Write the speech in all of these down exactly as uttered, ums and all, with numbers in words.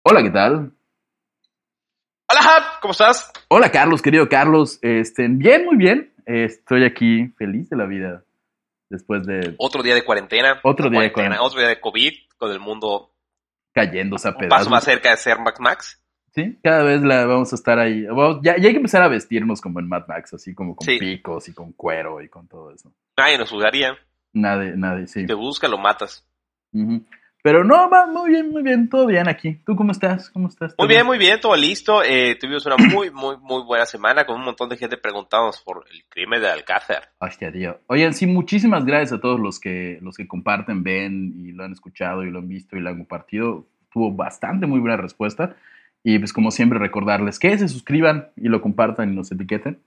Hola, ¿qué tal? Hola, Hap, ¿cómo estás? Hola, Carlos, querido Carlos. Este, bien, muy bien. Estoy aquí feliz de la vida después de Otro día de cuarentena, otro no día de cuarentena, cuarentena otro día de COVID, con el mundo cayéndose a un paso pedazos. más cerca de ser Max Max. Sí, cada vez la vamos a estar ahí. Vamos- ya, ya hay que empezar a vestirnos como en Mad Max, así como con Sí, picos y con cuero y con todo eso. nadie nos juzgaría. Nadie, nadie, Si sí. te busca, lo matas. Ujú. Pero no, va muy bien, muy bien, todo bien aquí. ¿Tú cómo estás? ¿Cómo estás? Muy ¿Todo? bien, muy bien, todo listo. Eh, tuvimos una muy, muy, muy buena semana con un montón de gente preguntándonos por el crimen de Alcázar. Hostia, tío. Oigan, sí, muchísimas gracias a todos los que, los que comparten, ven y lo han escuchado y lo han visto y lo han compartido. Tuvo bastante muy buena respuesta. Y pues como siempre recordarles que se suscriban y lo compartan y nos etiqueten.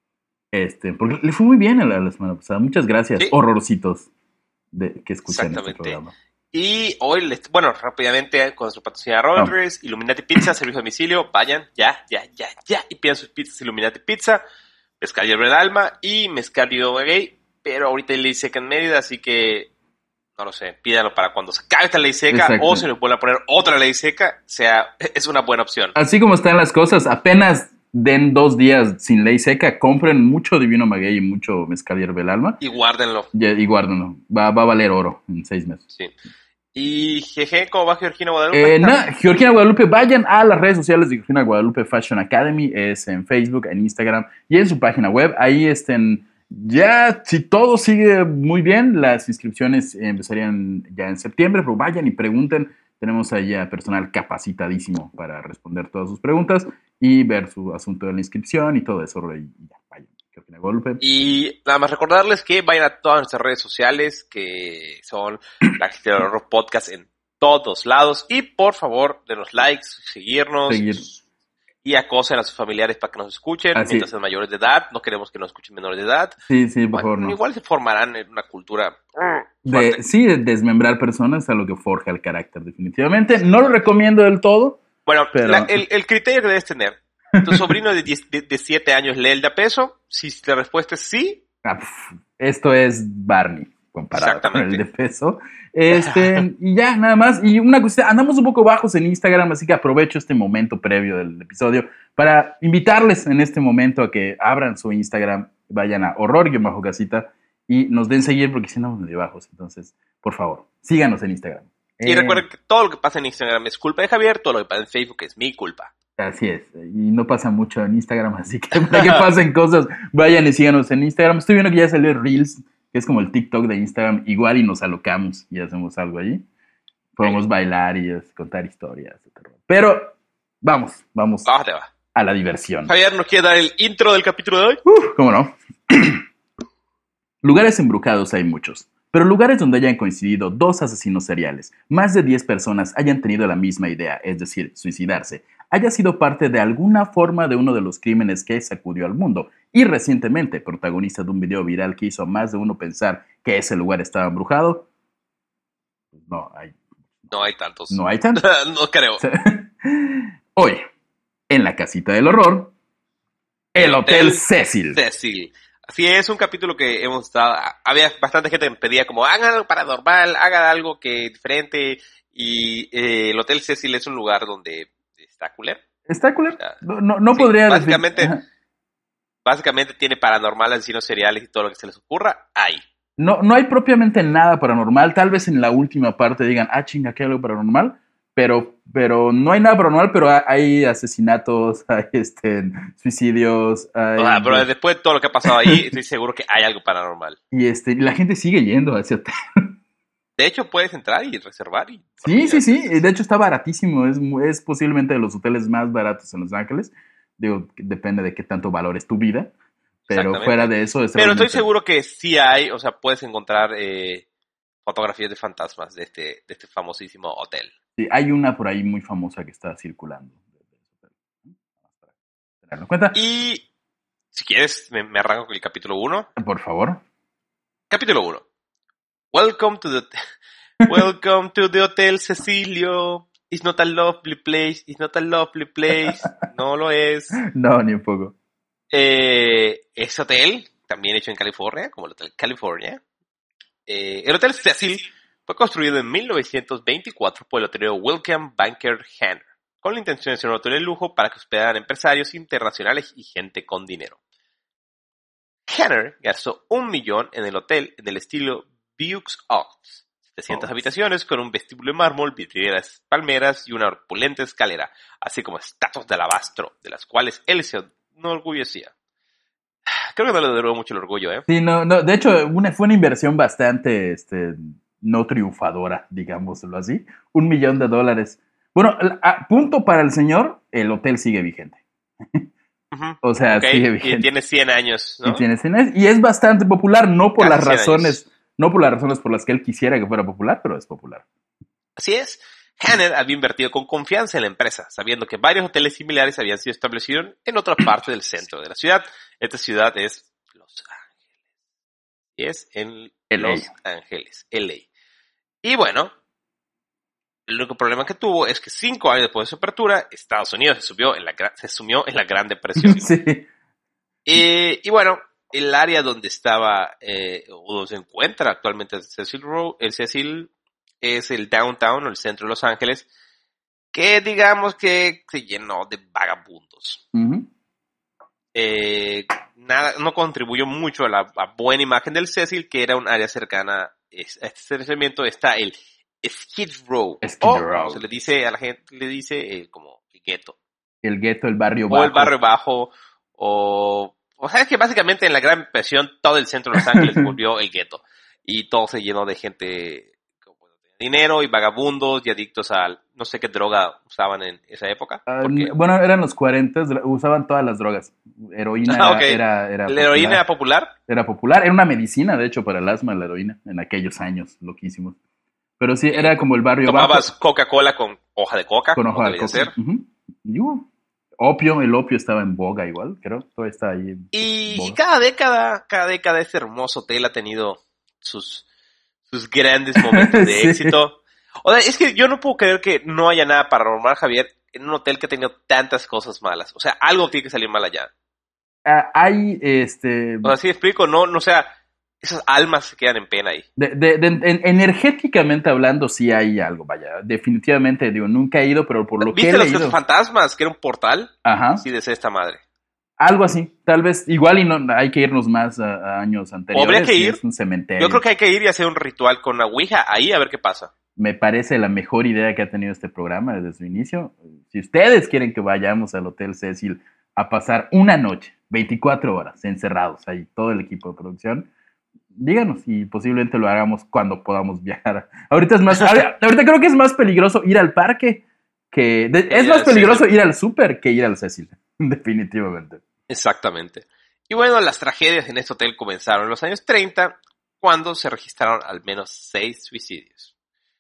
Este, porque le fue muy bien a la, la semana pasada. Muchas gracias, Sí, horrorcitos de, que escuchan este exactamente. programa. Y hoy, les- bueno, rápidamente, con su patrocinador Ah, Rodgers, Illuminati Pizza, servicio a domicilio, vayan, ya, ya, ya, ya, y pidan sus pizzas Illuminati Pizza, Mezcal y el Alma y Mezcal Vivo Gay, pero ahorita hay ley seca en Mérida, así que, no lo sé, pídanlo para cuando se acabe esta ley seca o exacto. se les vuelva a poner otra ley seca, sea, es una buena opción. Así como están las cosas, apenas den dos días sin ley seca, compren mucho Divino Maguey y mucho Mezcal y Hierve el Alma Y guárdenlo, y, y guárdenlo. Va, va a valer oro en seis meses. sí. Y jeje, ¿cómo va Georgina Guadalupe? Eh, nada, Georgina Guadalupe, vayan a las redes sociales de Georgina Guadalupe Fashion Academy, es en Facebook, en Instagram y en su página web. Ahí estén, ya, si todo sigue muy bien, las inscripciones empezarían ya en septiembre, pero vayan y pregunten. Tenemos ahí a personal capacitadísimo para responder todas sus preguntas y ver su asunto de la inscripción y todo eso. Y ya, vayan, Georgina Guadalupe. Y nada más recordarles que vayan a todas nuestras redes sociales, que son la Gestión del Horror Podcast en todos lados. Y por favor, denos likes, seguirnos Seguir y acosen a sus familiares para que nos escuchen así. mientras sean mayores de edad. No queremos que nos escuchen menores de edad. Sí, sí, por favor, Bueno, no. igual se formarán en una cultura mm, De, fuerte. sí, de desmembrar personas es algo que forja el carácter, definitivamente. No lo recomiendo del todo, Bueno, la- pero el, el criterio que debes tener. Tu sobrino de, diez de, de siete años lee el de a peso. Si la respuesta es sí, ah, pf, esto es Barney comparado con el de exactamente. peso. Este, y ya, nada más. Y una cosa, andamos un poco bajos en Instagram, así que aprovecho este momento previo del episodio para invitarles en este momento a que abran su Instagram, vayan a horror-casita y nos den seguir porque si andamos medio bajos. Entonces, por favor, síganos en Instagram. Y Eh, recuerden que todo lo que pasa en Instagram es culpa de Javier, todo lo que pasa en Facebook es mi culpa. Así es, y no pasa mucho en Instagram, así que para que pasen cosas, vayan y síganos en Instagram. Estoy viendo que ya salió Reels, que es como el TikTok de Instagram, igual y nos alocamos y hacemos algo allí. Podemos bailar y es, contar historias. de terror. Pero vamos, vamos Vamos, te va. a la diversión. Javier, ¿nos quiere dar el intro del capítulo de hoy? Uf, ¿cómo no? Lugares embrujados hay muchos, pero lugares donde hayan coincidido dos asesinos seriales, más de diez personas hayan tenido la misma idea, es decir, suicidarse, haya sido parte de alguna forma de uno de los crímenes que sacudió al mundo y recientemente protagonista de un video viral que hizo a más de uno pensar que ese lugar estaba embrujado, no hay, No hay tantos. no hay tanto. No creo. Hoy, en la casita del horror, el Hotel Cecil. Cecil. Así es, un capítulo que hemos estado... Había bastante gente que me pedía como, hagan algo paranormal, hagan algo que diferente. Y eh, el Hotel Cecil es un lugar donde está culero. ¿Está culero? O sea, No, no, no sí, podría básicamente, decir... básicamente tiene paranormal, asesinos seriales y todo lo que se les ocurra, ahí. No, no hay propiamente nada paranormal. Tal vez en la última parte digan, ah, chinga, ¿qué hay algo paranormal? Pero, pero no hay nada paranormal, pero hay asesinatos, hay este, suicidios. Hay, O sea, pero después de todo lo que ha pasado ahí, estoy seguro que hay algo paranormal. y este, la gente sigue yendo hacia hotel. De hecho, puedes entrar y reservar. Y Sí, sí, sí. De hecho, está baratísimo. Es, es posiblemente de los hoteles más baratos en Los Ángeles. Digo, depende de qué tanto valores tu vida. Pero fuera de eso es Pero realmente... estoy seguro que sí hay, o sea, puedes encontrar eh, fotografías de fantasmas de este, de este famosísimo hotel. Sí, hay una por ahí muy famosa que está circulando. Tenerlo en cuenta. Y si quieres, me, me arranco con el capítulo uno. Por favor. Capítulo uno. Welcome to the Welcome to the Hotel Cecilio. It's not a lovely place. It's not a lovely place. No lo es. No, ni un poco. Eh, ese hotel, también hecho en California, como el Hotel California. Eh, el Hotel Cecil fue construido en mil novecientos veinticuatro por el hotelero William Banker Hanner. con la intención de ser un hotel de lujo para que hospedaran empresarios internacionales y gente con dinero. Kenner gastó un millón en el hotel en el estilo Vieux Arts, setecientas oh. habitaciones con un vestíbulo de mármol, vidrieras, palmeras y una opulenta escalera, así como estatuas de alabastro, de las cuales él se enorgullecía. Creo que no le duró mucho el orgullo, ¿eh? Sí, no, no, de hecho, una, fue una inversión bastante este, no triunfadora, digámoslo así. Un millón de dólares. Bueno, a punto para el señor, el hotel sigue vigente. Uh-huh. O sea, okay. sigue vigente. Y tiene cien años, ¿no? Y tiene cien años. Y es bastante popular, no por Casi las razones, años. no por las razones por las que él quisiera que fuera popular, pero es popular. Así es. Hanner había invertido con confianza en la empresa, sabiendo que varios hoteles similares habían sido establecidos en otra parte del centro de la ciudad. Esta ciudad es Los Ángeles. Y es en L A. Los Ángeles, L A. Y bueno, el único problema que tuvo es que cinco años después de su apertura, Estados Unidos se, subió en la, se sumió en la Gran Depresión. Sí. Y, y bueno, el área donde estaba, eh, o donde se encuentra actualmente el Cecil Road, el Cecil es el downtown, o el centro de Los Ángeles, que digamos que se llenó de vagabundos. Uh-huh. Eh, nada, no contribuyó mucho a la a buena imagen del Cecil, que era un área cercana a este establecimiento. Está el Skid Row, Skid o Row. como se le dice a la gente, le dice eh, como el gueto. El gueto, el barrio o bajo. O el barrio bajo, o... O sea, es que básicamente en la Gran Depresión todo el centro de Los Ángeles se volvió el gueto. Y todo se llenó de gente con dinero y vagabundos y adictos a no sé qué droga usaban en esa época. Uh, bueno, eran los cuarenta, usaban todas las drogas. Heroína ah, okay. era, era, era ¿La popular. heroína era popular? Era popular, era una medicina, de hecho, para el asma, la heroína, en aquellos años, loquísimos. Pero sí, era eh, como el barrio bajo. ¿Tomabas Coca-Cola con hoja de coca? Con hoja de coca. Ser? Uh-huh. Y, uh, opio, el opio estaba en boga igual, creo, todavía está ahí. Y, y cada década, cada década este hermoso hotel ha tenido sus, sus grandes momentos de sí. éxito. O sea, es que yo no puedo creer que no haya nada paranormal, Javier, en un hotel que ha tenido tantas cosas malas. O sea, algo tiene que salir mal allá. Uh, hay, este... O sea, sí explico, no, no, o sea, esas almas se quedan en pena ahí. De, de, de, en, energéticamente hablando, sí hay algo, vaya. Definitivamente, digo, nunca he ido, pero por lo que he leído... ¿Viste los fantasmas? Que era un portal. Ajá. Sí, decía esta madre. Algo así, tal vez, igual y no, hay que irnos más a, a años anteriores. Habría que ir. Es un cementerio. Yo creo que hay que ir y hacer un ritual con una ouija ahí a ver qué pasa. Me parece la mejor idea que ha tenido este programa desde su inicio. Si ustedes quieren que vayamos al Hotel Cecil a pasar una noche, veinticuatro horas, encerrados ahí, todo el equipo de producción, díganos y posiblemente lo hagamos cuando podamos viajar. Ahorita es más, ahorita, ahorita creo que es más peligroso ir al parque que, de, es más peligroso ir al súper que ir al Cecil, definitivamente. Exactamente. Y bueno, las tragedias en este hotel comenzaron en los años treinta, cuando se registraron al menos seis suicidios.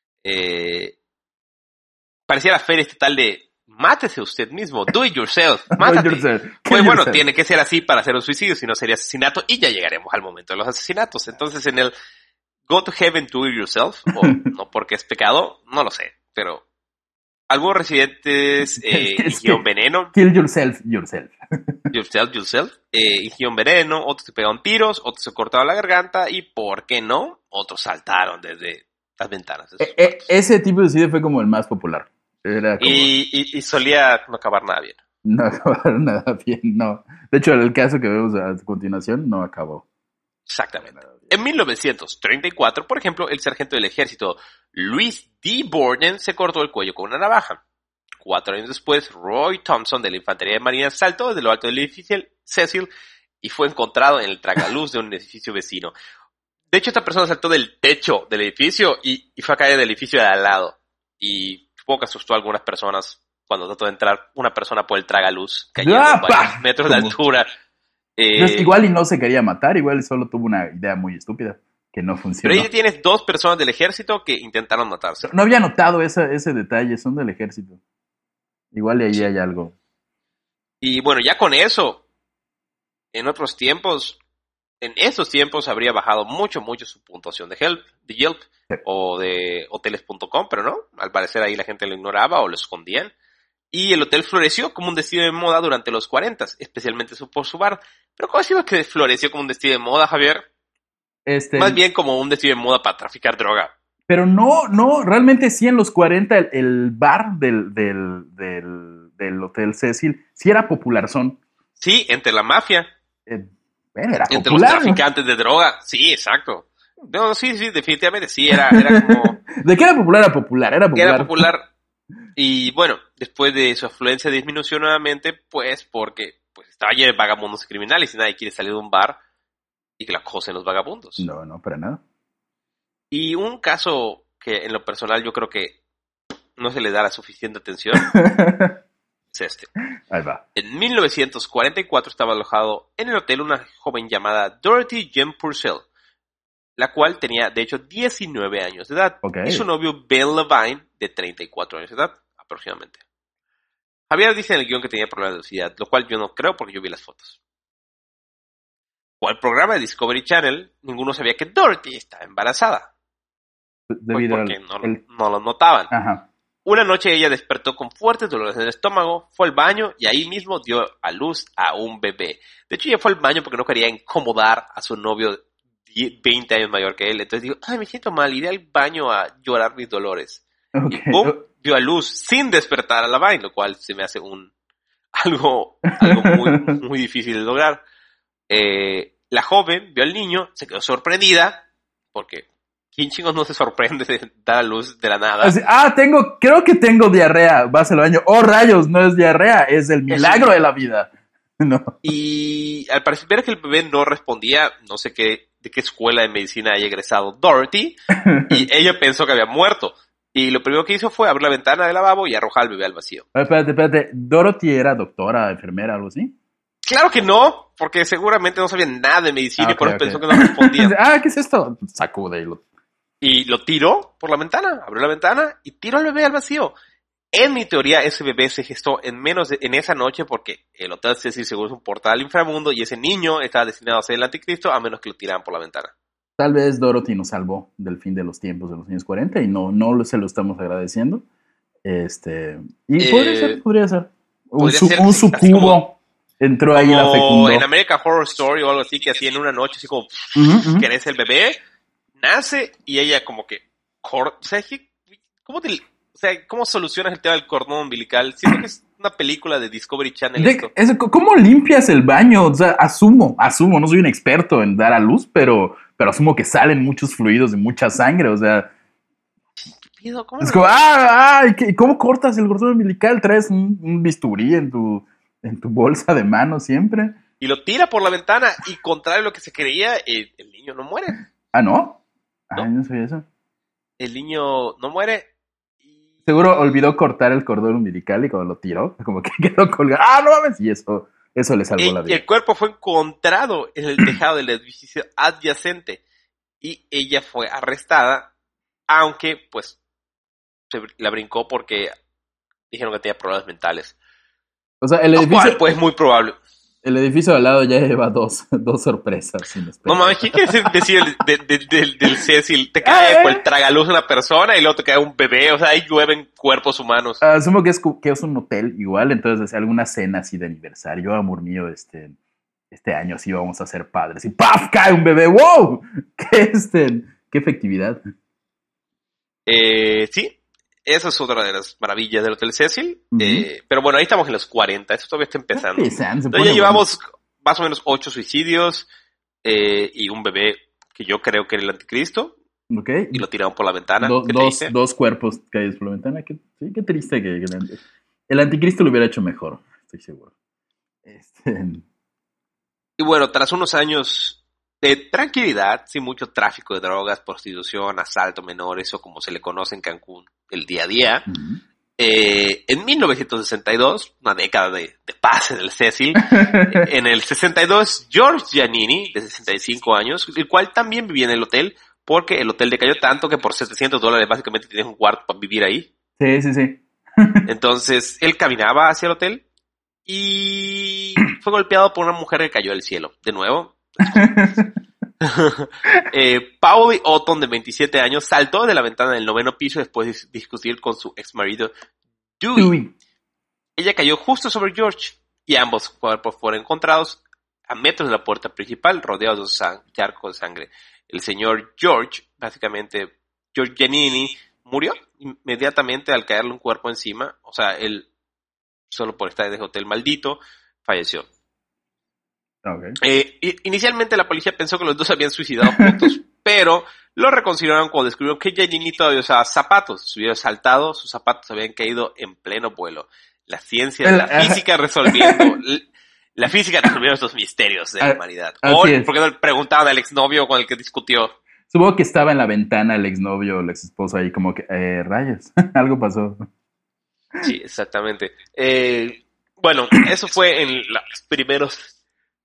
Eh, parecía la feria estatal de mátese usted mismo, do it yourself, mátate. Do it yourself. Pues bueno, yourself. Tiene que ser así para hacer un suicidio, si no sería asesinato, y ya llegaremos al momento de los asesinatos. Entonces, en el go to heaven, do it yourself, o no porque es pecado, no lo sé, pero algunos residentes eh, ingieron veneno. Kill yourself, yourself. Yourself, yourself. Eh, ingieron veneno, otros se pegaron tiros, otros se cortaron la garganta, y ¿por qué no? Otros saltaron desde las ventanas. E- e- ese tipo de suicidio fue como el más popular. Era como... y, y, y solía no acabar nada bien. No acabar nada bien, no. De hecho, el caso que vemos a continuación no acabó. Exactamente. En mil novecientos treinta y cuatro, por ejemplo, el sargento del ejército Louis D. Borden se cortó el cuello con una navaja. Cuatro años después, Roy Thompson de la Infantería de Marina saltó desde lo alto del edificio Cecil y fue encontrado en el tragaluz de un edificio vecino. De hecho, esta persona saltó del techo del edificio y, y fue a caer del edificio de al lado. Y supongo que asustó a algunas personas cuando trató de entrar una persona por el tragaluz, cayendo ¡Ah, varios metros de altura. Eh, pues igual y no se quería matar, igual solo tuvo una idea muy estúpida que no funcionó. Pero ahí tienes dos personas del ejército que intentaron matarse. No había notado ese, ese detalle, son del ejército. Igual y ahí sí. hay algo. Y bueno, ya con eso, en otros tiempos, en esos tiempos habría bajado mucho, mucho su puntuación de Yelp, de Yelp sí. o de hoteles punto com, pero no, al parecer ahí la gente lo ignoraba o lo escondían. Y el hotel floreció como un destino de moda durante los cuarenta, especialmente por su bar. Pero ¿cómo decimos que floreció como un destino de moda, Javier? Este... Más bien como un destino de moda para traficar droga. Pero no, no, realmente sí en los cuarenta el, el bar del, del, del, del Hotel Cecil sí era popular, son. Sí, entre la mafia. Eh, bueno, era Entre popular. los traficantes de droga. Sí, exacto. No, sí, sí, definitivamente sí, era, era como... ¿De qué era popular? Era popular, era popular. Era popular. Y bueno, después de su afluencia disminuyó nuevamente, pues porque pues, estaba lleno de vagabundos y criminales y nadie quiere salir de un bar y que la acosen los vagabundos. No, no, para nada. Y un caso que en lo personal yo creo que no se le da la suficiente atención es este. Ahí va. En mil novecientos cuarenta y cuatro estaba alojado en el hotel una joven llamada Dorothy Jem Purcell, la cual tenía de hecho diecinueve años de edad, Okay. y su novio Ben Levine de treinta y cuatro años de edad aproximadamente. Javier dice en el guión que tenía problemas de obesidad, lo cual yo no creo porque yo vi las fotos. Con el programa de Discovery Channel, ninguno sabía que Dorothy estaba embarazada. Debido pues porque al, no, lo- el- no lo notaban. Ajá. Una noche ella despertó con fuertes dolores en el estómago, fue al baño y ahí mismo dio a luz a un bebé. De hecho, ella fue al baño porque no quería incomodar a su novio die- veinte años mayor que él. Entonces dijo, ay, me siento mal, iré al baño a llorar mis dolores. Okay. Y ¡pum! Dio a luz sin despertar a la vaina, lo cual se me hace un algo, algo muy, muy difícil de lograr. Eh, la joven vio al niño, se quedó sorprendida, porque ¿quién chingos no se sorprende de dar a luz de la nada? Así, ah, tengo, creo que tengo diarrea. Vas al baño. Oh, rayos, no es diarrea, es el milagro Eso. de la vida. No. Y al parecer ver que el bebé no respondía, no sé qué, de qué escuela de medicina haya egresado Dorothy, y ella pensó que había muerto. Y lo primero que hizo fue abrir la ventana del lavabo y arrojar al bebé al vacío. A ver, espérate, espérate. ¿Dorothy era doctora, enfermera, algo así? Claro que no, porque seguramente no sabía nada de medicina Ah, y por ok, eso ok. pensó que no respondía. Ah, ¿qué es esto? Sacude y lo... Y lo tiró por la ventana, abrió la ventana y tiró al bebé al vacío. En mi teoría, ese bebé se gestó en menos de, en esa noche porque el Hotel Cecil seguro es un portal al inframundo y ese niño estaba destinado a ser el anticristo a menos que lo tiraran por la ventana. Tal vez Dorothy nos salvó del fin de los tiempos de los años cuarenta y no, no se lo estamos agradeciendo. Este, y Eh, podría ser, podría ser. Un, podría su- ser, un sí, así sucubo como- entró ahí y la Como fecundó. en American Horror Story o algo así, que así en una noche, así como Ujú, ujú. crece el bebé, nace y ella como que... cor- O sea, ¿qué- ¿cómo, te- o sea, ¿cómo solucionas el tema del cordón umbilical? Siento que es una película de Discovery Channel De- esto. eso, ¿cómo limpias el baño? O sea, asumo, asumo, no soy un experto en dar a luz, pero, pero asumo que salen muchos fluidos y mucha sangre. O sea, Pido, ¿cómo es lo- como, ah, ah, ¿qué- ¿cómo cortas el cordón umbilical? ¿Traes un, un bisturí en tu, en tu bolsa de mano siempre? Y lo tira por la ventana y contrario a lo que se creía, el, el niño no muere. Ah, ¿no? Ah, No. no sabía eso. El niño no muere. Y... Seguro olvidó cortar el cordón umbilical y cuando lo tiró, como que quedó colgado. ¡Ah, no mames! Y eso, eso le salvó el, la vida. el cuerpo fue encontrado en el tejado del edificio adyacente y ella fue arrestada, aunque pues se la brincó porque dijeron que tenía problemas mentales. O sea, el Lo edificio, cual, pues, es muy probable. el edificio de al lado ya lleva dos, dos sorpresas No inesperadas. mames, ¿qué quieres decir el- de- de- del, del Cecil? Te Ah, cae eh. por el tragaluz una persona y luego te cae un bebé. O sea, ahí llueven cuerpos humanos. Asumo que es, cu- que es un hotel igual, entonces alguna cena así de aniversario. Amor mío, este, este año sí vamos a ser padres. Y ¡paf! Cae un bebé. ¡Wow! ¡Qué, este, qué efectividad! Eh, sí, esa es otra de las maravillas del Hotel Cecil. Ujú. Eh, pero bueno, ahí estamos en los cuarenta. Esto todavía está empezando. Empiezan, se Entonces pone ya llevamos más o menos ocho suicidios eh, y un bebé que yo creo que era el anticristo bueno. Ok. y lo tiraron por la ventana. Do- Qué dos, triste. dos cuerpos caídos por la ventana. Qué, sí, qué triste que, que el, el anticristo lo hubiera hecho mejor, estoy seguro. Este, Y bueno, tras unos años de tranquilidad, sin mucho tráfico de drogas, prostitución, asalto a menores o como se le conoce en Cancún, el día a día, ujú. eh, en mil novecientos sesenta y dos, una década de, de paz en el Cecil, en el sesenta y dos, George Giannini, de sesenta y cinco años, el cual también vivía en el hotel, porque el hotel decayó tanto que por setecientos dólares básicamente tienes un cuarto para vivir ahí. Sí, sí, sí. Entonces, él caminaba hacia el hotel y fue golpeado por una mujer que cayó del cielo. De nuevo. eh, Pauli Otton, de veintisiete años, saltó de la ventana del noveno piso después de discutir con su ex marido, Dewey. Uy. Ella cayó justo sobre George y ambos cuerpos fueron encontrados a metros de la puerta principal, rodeados de un san- charco de sangre. El señor George básicamente George Giannini murió inmediatamente al caerle un cuerpo encima. O sea, él, solo por estar en ese hotel maldito, falleció. Okay. Eh, inicialmente la policía pensó que los dos habían suicidado juntos, pero lo reconsideraron cuando descubrieron que Giannini todavía usaba zapatos. Se hubiera saltado, sus zapatos habían caído en pleno vuelo. La ciencia, la física resolviendo... La física resolviendo estos misterios de la humanidad. O, ¿por qué no le preguntaban al exnovio con el que discutió? Supongo que estaba en la ventana el exnovio o el exesposo ahí como que, eh, rayos, algo pasó. Sí, exactamente. Eh, bueno, eso fue en los primeros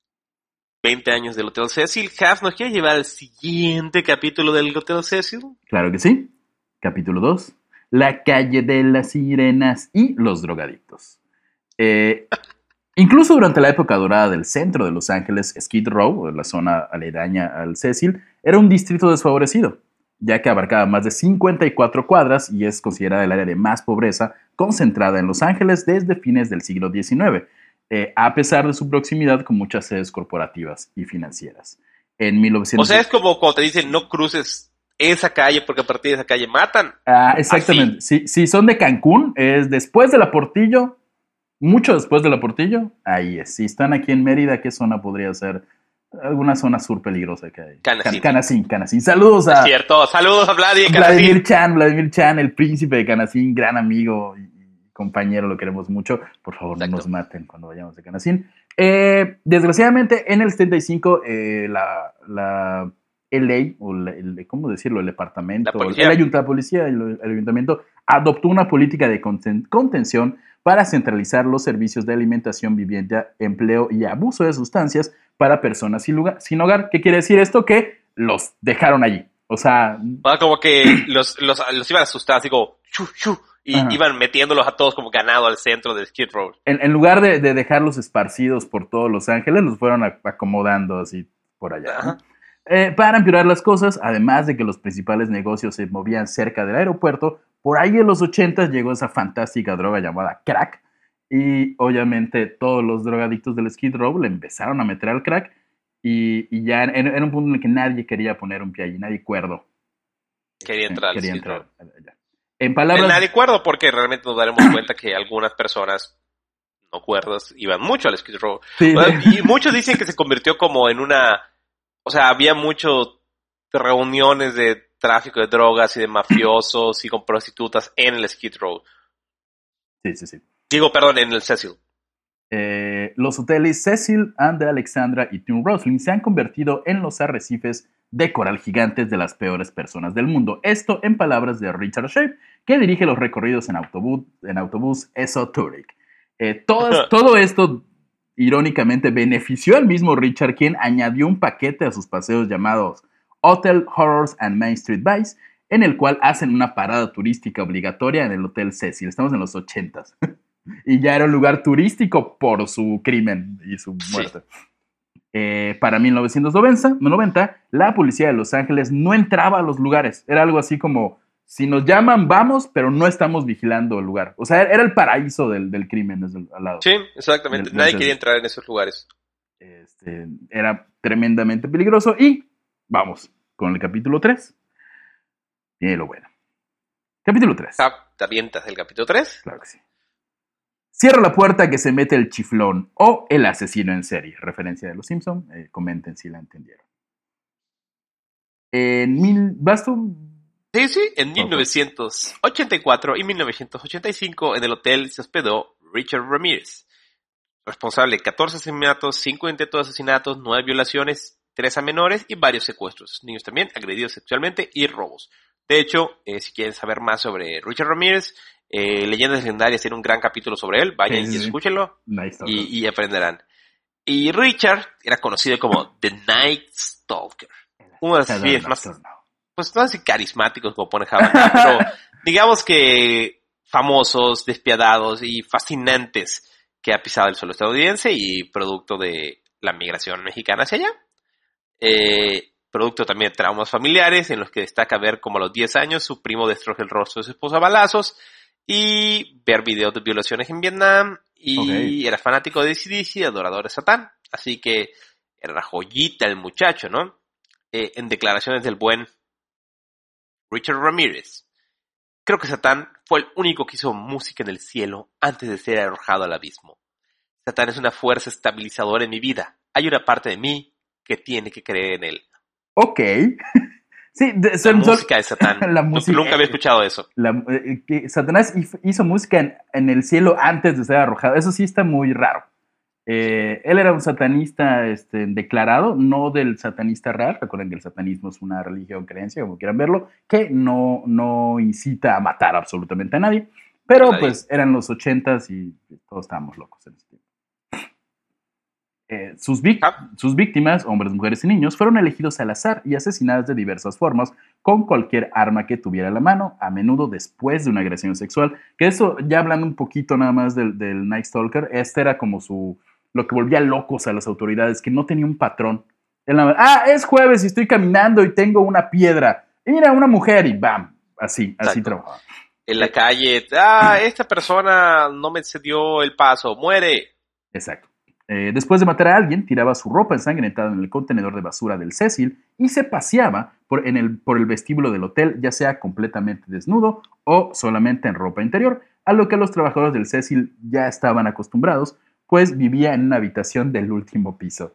veinte años del Hotel Cecil. Haf, ¿nos quiere llevar al siguiente capítulo del Hotel Cecil? Claro que sí. Capítulo dos. La calle de las sirenas y los drogadictos. Eh... Incluso durante la época dorada del centro de Los Ángeles, Skid Row, la zona aledaña al Cecil, era un distrito desfavorecido, ya que abarcaba más de cincuenta y cuatro cuadras y es considerada el área de más pobreza concentrada en Los Ángeles desde fines del siglo diecinueve, eh, a pesar de su proximidad con muchas sedes corporativas y financieras. En mil novecientos... O sea, es como cuando te dicen no cruces esa calle porque a partir de esa calle matan. Ah, exactamente. Si, si son de Cancún, es después de la Portillo... Mucho después de la Portillo, ahí es. Si están aquí en Mérida, ¿qué zona podría ser? Alguna zona sur peligrosa que hay. Canacín. Canacín, Canacín. Saludos a... Es cierto, saludos a Vladimir Vladimir Chan, Vladimir Chan, el príncipe de Canacín, gran amigo y compañero, lo queremos mucho. Por favor, Exacto. no nos maten cuando vayamos de Canacín. Eh, desgraciadamente, en el setenta y cinco, eh, la, la L A, o la, el, ¿cómo decirlo? El departamento, el, ayunt- la policía, el, el ayuntamiento, adoptó una política de conten- contención para centralizar los servicios de alimentación, vivienda, empleo y abuso de sustancias para personas sin, lugar, sin hogar. ¿Qué quiere decir esto? Que los dejaron allí. O sea... Ah, como que los, los, los iban a asustar, así como... Chu, chu, y ajá. iban metiéndolos a todos como ganado al centro de Skid Row. En, en lugar de, de dejarlos esparcidos por todos Los Ángeles, los fueron a, acomodando así por allá. ¿no? Eh, para empeorar las cosas, además de que los principales negocios se movían cerca del aeropuerto, por ahí en los ochentas llegó esa fantástica droga llamada crack y obviamente todos los drogadictos del Skid Row le empezaron a meter al crack y, y ya era, era un punto en el que nadie quería poner un pie allí, nadie cuerdo. Quería entrar quería al Skid entrar Row. Allá. En palabras... Nadie cuerdo porque realmente nos daremos cuenta que algunas personas no cuerdas iban mucho al Skid Row. Sí, o sea, sí. Y muchos dicen que se convirtió como en una... O sea, había muchas reuniones de tráfico de drogas y de mafiosos y con prostitutas en el Skid Row. Sí, sí, sí. Digo, perdón, en el Cecil. Eh, los hoteles Cecil and de Alexandra y Tim Roslin se han convertido en los arrecifes de coral gigantes de las peores personas del mundo. Esto en palabras de Richard Shape, que dirige los recorridos en autobús, en autobús Esoteric. Eh, todo, todo esto, irónicamente, benefició al mismo Richard, quien añadió un paquete a sus paseos llamados Hotel Horrors and Main Street Vice, en el cual hacen una parada turística obligatoria en el Hotel Cecil. Estamos en los ochentas. Y ya era un lugar turístico por su crimen y su muerte. Sí. Eh, para mil novecientos noventa, la policía de Los Ángeles no entraba a los lugares. Era algo así como, si nos llaman, vamos, pero no estamos vigilando el lugar. O sea, era el paraíso del, del crimen desde el, al lado. Sí, exactamente. Del, Nadie del quería entrar en esos lugares. Este, era tremendamente peligroso. Y vamos con el capítulo tres. Viene lo bueno. Capítulo tres. ¿Te avientas el capítulo tres? Claro que sí. Cierra la puerta que se mete el chiflón o el asesino en serie. Referencia de Los Simpson. Eh, comenten si la entendieron. En mil... ¿Vas tú? Sí, sí. En mil novecientos ochenta y cuatro y mil novecientos ochenta y cinco en el hotel se hospedó Richard Ramirez. Responsable de catorce asesinatos, cinco intentos de asesinatos, nueve violaciones, tres a menores y varios secuestros. Niños también agredidos sexualmente y robos. De hecho, eh, si quieren saber más sobre Richard Ramirez... Eh, Leyendas Legendarias tiene un gran capítulo sobre él, vayan sí, y escúchenlo nice y, y aprenderán. Y Richard era conocido como The Night Stalker, uno de los fieles más, pues no así carismáticos como pone Java, pero digamos que famosos, despiadados y fascinantes que ha pisado el suelo estadounidense y producto de la migración mexicana hacia allá. Eh, producto también de traumas familiares en los que destaca ver como a los diez años su primo destrozó el rostro de su esposa a balazos. Y ver videos de violaciones en Vietnam. Y okay. Era fanático de D C D C, adorador de Satán. Así que era una joyita el muchacho, ¿no? Eh, en declaraciones del buen Richard Ramírez. Creo que Satán fue el único que hizo música en el cielo antes de ser arrojado al abismo. Satán es una fuerza estabilizadora en mi vida. Hay una parte de mí que tiene que creer en él. Ok. Sí, de, la son, música de Satán. la música, Nunca había escuchado eso. La, eh, que Satanás hizo música en, en el cielo antes de ser arrojado. Eso sí está muy raro. Eh, él era un satanista este, declarado, no del satanista real. Recuerden que el satanismo es una religión, creencia, como quieran verlo, que no, no incita a matar absolutamente a nadie. Pero nadie. Pues eran los ochentas y todos estábamos locos en ese tiempo. Eh, sus, vic- ah. sus víctimas, hombres, mujeres y niños, fueron elegidos al azar y asesinadas de diversas formas con cualquier arma que tuviera a la mano, a menudo después de una agresión sexual. Que eso, ya hablando un poquito nada más del, del Night Stalker, este era como su... lo que volvía locos a las autoridades, que no tenía un patrón. Él, ah, es jueves y estoy caminando y tengo una piedra. Y mira, una mujer y bam, así, así trabajaba. En la calle, ah, esta persona no me cedió el paso, muere. Exacto. Eh, después de matar a alguien, tiraba su ropa ensangrentada en el contenedor de basura del Cecil y se paseaba por, en el, por el vestíbulo del hotel, ya sea completamente desnudo o solamente en ropa interior, a lo que los trabajadores del Cecil ya estaban acostumbrados, pues vivía en una habitación del último piso.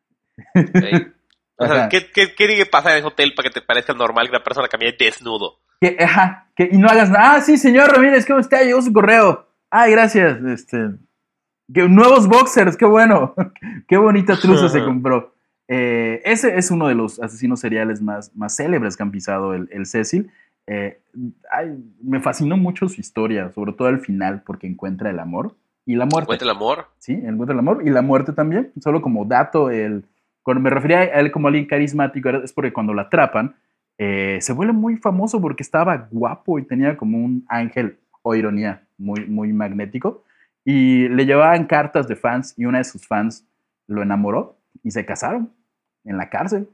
Okay. O sea, ¿qué, qué, ¿qué tiene que pasar en ese hotel para que te parezca normal que una persona camine desnudo? Que, ajá, que, y no hagas nada. Ah, sí, señor Ramírez, ¿cómo está? Llegó su correo. Ay, gracias. Este, que, nuevos boxers, qué bueno. Qué bonita truza se compró. Eh, ese es uno de los asesinos seriales más, más célebres que han pisado el, el Cecil. Eh, ay, me fascinó mucho su historia, sobre todo al final, porque encuentra el amor. Y la muerte. ¿Encuentra el amor? Sí, encuentra el amor y la muerte también. Solo como dato, el, cuando me refería a él como alguien carismático, es porque cuando lo atrapan, eh, se vuelve muy famoso porque estaba guapo y tenía como un ángel, o ironía, muy, muy magnético. Y le llevaban cartas de fans y una de sus fans lo enamoró y se casaron en la cárcel.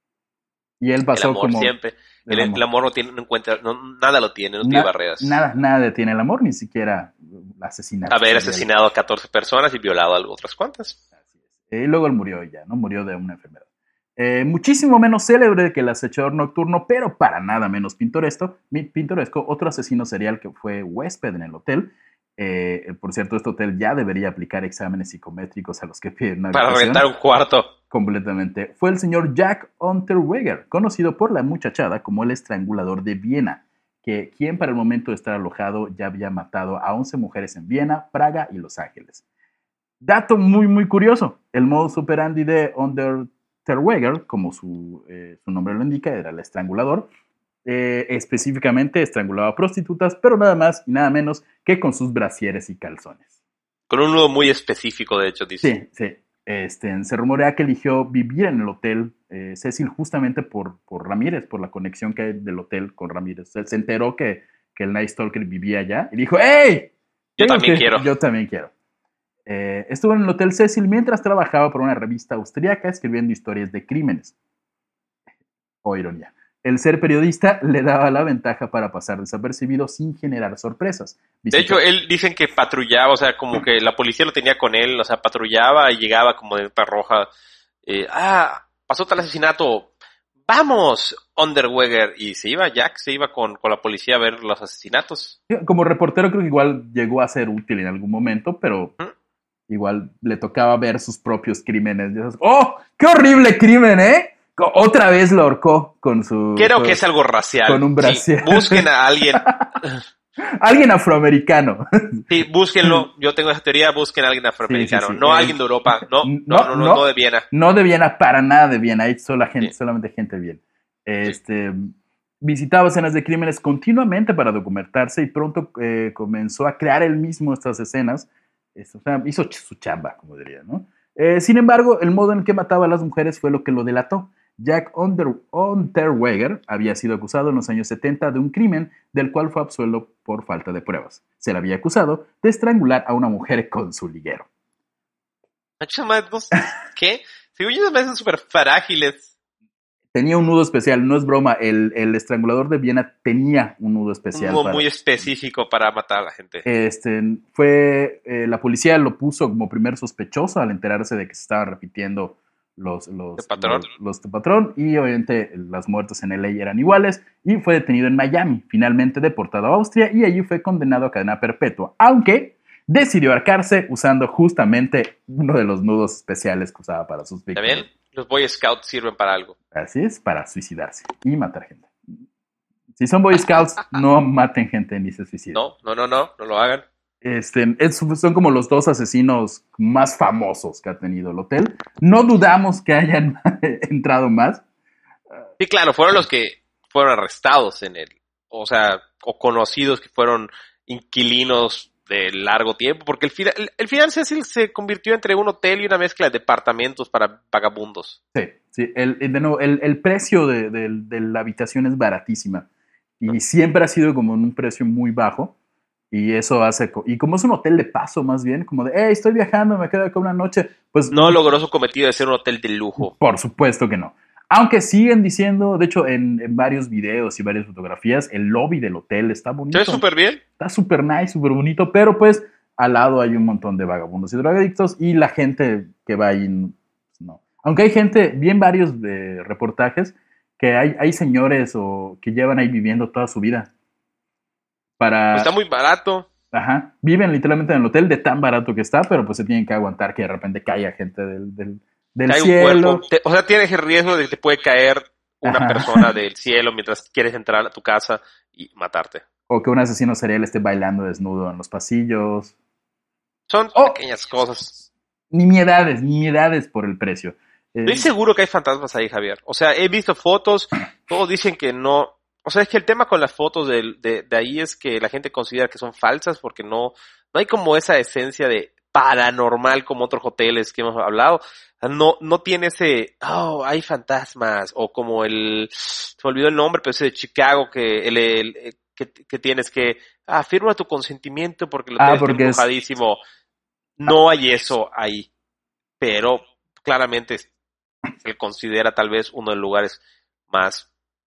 Y él pasó el amor como... siempre. El, el, amor. el amor no tiene, no encuentra, no, nada lo tiene, no Na, tiene barreras. Nada, nada detiene el amor, ni siquiera asesinato. Haber asesinado a catorce personas y violado a otras cuantas. Así es. Y luego él murió ya, ¿no? Murió de una enfermedad. Eh, muchísimo menos célebre que el acechador nocturno, pero para nada menos pintoresco, pintoresco otro asesino serial que fue huésped en el hotel. Eh, por cierto, este hotel ya debería aplicar exámenes psicométricos a los que piden una para habitación. rentar un cuarto. Completamente. Fue el señor Jack Unterweger, conocido por la muchachada como el estrangulador de Viena, que quien para el momento de estar alojado ya había matado a once mujeres en Viena, Praga y Los Ángeles. Dato muy, muy curioso. El modus operandi de Unterweger, como su, eh, su nombre lo indica, era el estrangulador. Eh, específicamente estrangulaba a prostitutas, pero nada más y nada menos que con sus brasieres y calzones. Con un nudo muy específico, de hecho, dice. Sí, sí. Este, se rumorea que eligió vivir en el hotel eh, Cecil justamente por, por Ramírez, por la conexión que hay del hotel con Ramírez. Se, se enteró que, que el Night Stalker vivía allá y dijo, ¡hey! Yo también que, quiero. Yo también quiero. Eh, estuvo en el hotel Cecil mientras trabajaba por una revista austriaca escribiendo historias de crímenes. O ironía. El ser periodista le daba la ventaja para pasar desapercibido sin generar sorpresas. Visita. De hecho, él dicen que patrullaba, o sea, como que la policía lo tenía con él, o sea, patrullaba y llegaba como de nota roja. Eh, ah, pasó tal asesinato. ¡Vamos, Unterweger! Y se iba, Jack se iba con, con la policía a ver los asesinatos. Como reportero creo que igual llegó a ser útil en algún momento, pero ¿Mm? igual le tocaba ver sus propios crímenes. ¡Oh, qué horrible crimen, eh! Otra vez lo ahorcó con su... Creo con, que es algo racial. Con un brasier. Sí, busquen a alguien. Alguien afroamericano. Sí, búsquenlo. Yo tengo esa teoría, busquen a alguien afroamericano. Sí, sí, sí. No eh, alguien de Europa. No no no, no, no, no de Viena. No de Viena, para nada de Viena. Hay sola gente, sí. solamente gente bien. Este, sí. Visitaba escenas de crímenes continuamente para documentarse y pronto eh, comenzó a crear él mismo estas escenas. O sea, hizo su chamba, como diría, ¿no? Eh, sin embargo, el modo en el que mataba a las mujeres fue lo que lo delató. Jack Under, Unterweger había sido acusado en los años setenta de un crimen del cual fue absuelto por falta de pruebas. Se le había acusado de estrangular a una mujer con su liguero. ¿Qué? Según yo, me hacen súper frágiles. Tenía un nudo especial, no es broma. El, el estrangulador de Viena tenía un nudo especial. Un nudo para, muy específico para matar a la gente. Este, fue, eh, la policía lo puso como primer sospechoso al enterarse de que se estaba repitiendo los, los, ¿De patrón? los, los de patrón, y obviamente las muertes en L A eran iguales, y fue detenido en Miami, finalmente deportado a Austria, y allí fue condenado a cadena perpetua, aunque decidió ahorcarse usando justamente uno de los nudos especiales que usaba para sus víctimas. ¿También? Los Boy Scouts sirven para algo. Así es, para suicidarse y matar gente. Si son Boy Scouts, no maten gente ni se suiciden. No, no, no, no, no lo hagan. Este, es, son como los dos asesinos más famosos que ha tenido el hotel. No dudamos que hayan entrado más. Sí, claro, fueron los que fueron arrestados en él. O sea, o conocidos que fueron inquilinos de largo tiempo, porque el final, el, el final Cecil se convirtió entre un hotel y una mezcla de departamentos para vagabundos. Sí, sí, el, el, de nuevo, el, el precio de, de, de la habitación es baratísima y siempre ha sido como en un precio muy bajo. Y eso hace, y como es un hotel de paso más bien, como de, hey, estoy viajando, me quedo acá una noche, pues... No logró su cometido de ser un hotel de lujo. Por supuesto que no. Aunque siguen diciendo, de hecho, en, en varios videos y varias fotografías, el lobby del hotel está bonito. Se ve súper bien. Está súper nice, súper bonito, pero pues al lado hay un montón de vagabundos y drogadictos y la gente que va ahí, no. Aunque hay gente, vi en varios de reportajes que hay, hay señores o que llevan ahí viviendo toda su vida. Para, pues está muy barato. Ajá, viven literalmente en el hotel de tan barato que está, pero pues se tienen que aguantar que de repente caiga gente del, del, del Cae cielo. Un cuerpo. Te, o sea, tienes el riesgo de que te puede caer una Ajá. persona del cielo mientras quieres entrar a tu casa y matarte. O que un asesino serial esté bailando desnudo en los pasillos. Son oh, pequeñas cosas. Nimiedades, nimiedades por el precio. Estoy eh, seguro que hay fantasmas ahí, Javier. O sea, he visto fotos, todos dicen que no... O sea, es que el tema con las fotos de, de, de ahí es que la gente considera que son falsas porque no, no hay como esa esencia de paranormal como otros hoteles que hemos hablado. No, no tiene ese, oh, hay fantasmas, o como el, se me olvidó el nombre, pero ese de Chicago que, el, el, el que, que tienes que, ah, firma tu consentimiento porque el hotel ah, está embrujadísimo. Es... No hay eso ahí, pero claramente se considera tal vez uno de los lugares más...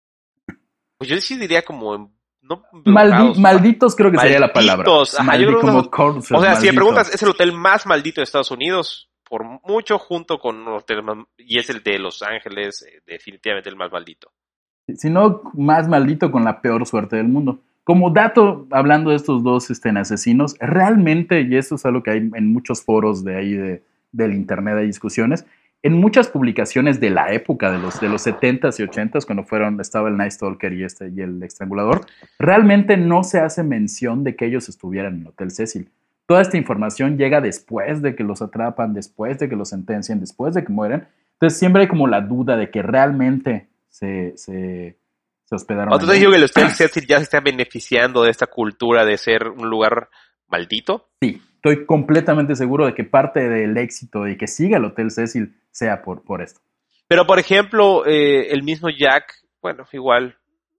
Pues yo sí diría como... No, Maldi malditos creo que malditos, sería la palabra. Ajá, Maldi yo creo como los, corpses, o sea, malditos. Si me preguntas, es el hotel más maldito de Estados Unidos, por mucho, junto con un hotel más, y es el de Los Ángeles, eh, definitivamente el más maldito. Si no, más maldito con la peor suerte del mundo. Como dato, hablando de estos dos este, asesinos, realmente, y eso es algo que hay en muchos foros de ahí de, del internet, hay discusiones, en muchas publicaciones de la época, de los, de los setentas y ochentas, cuando fueron, estaba el Night Stalker y, este, y el Estrangulador, realmente no se hace mención de que ellos estuvieran en el Hotel Cecil. Toda esta información llega después de que los atrapan, después de que los sentencian, después de que mueren. Entonces siempre hay como la duda de que realmente se, se, se hospedaron. ¿Tú te digo que el Hotel Cecil ya se está beneficiando de esta cultura de ser un lugar maldito? Sí. Estoy completamente seguro de que parte del éxito de que siga el Hotel Cecil sea por, por esto. Pero, por ejemplo, eh, el mismo Jack, bueno, igual.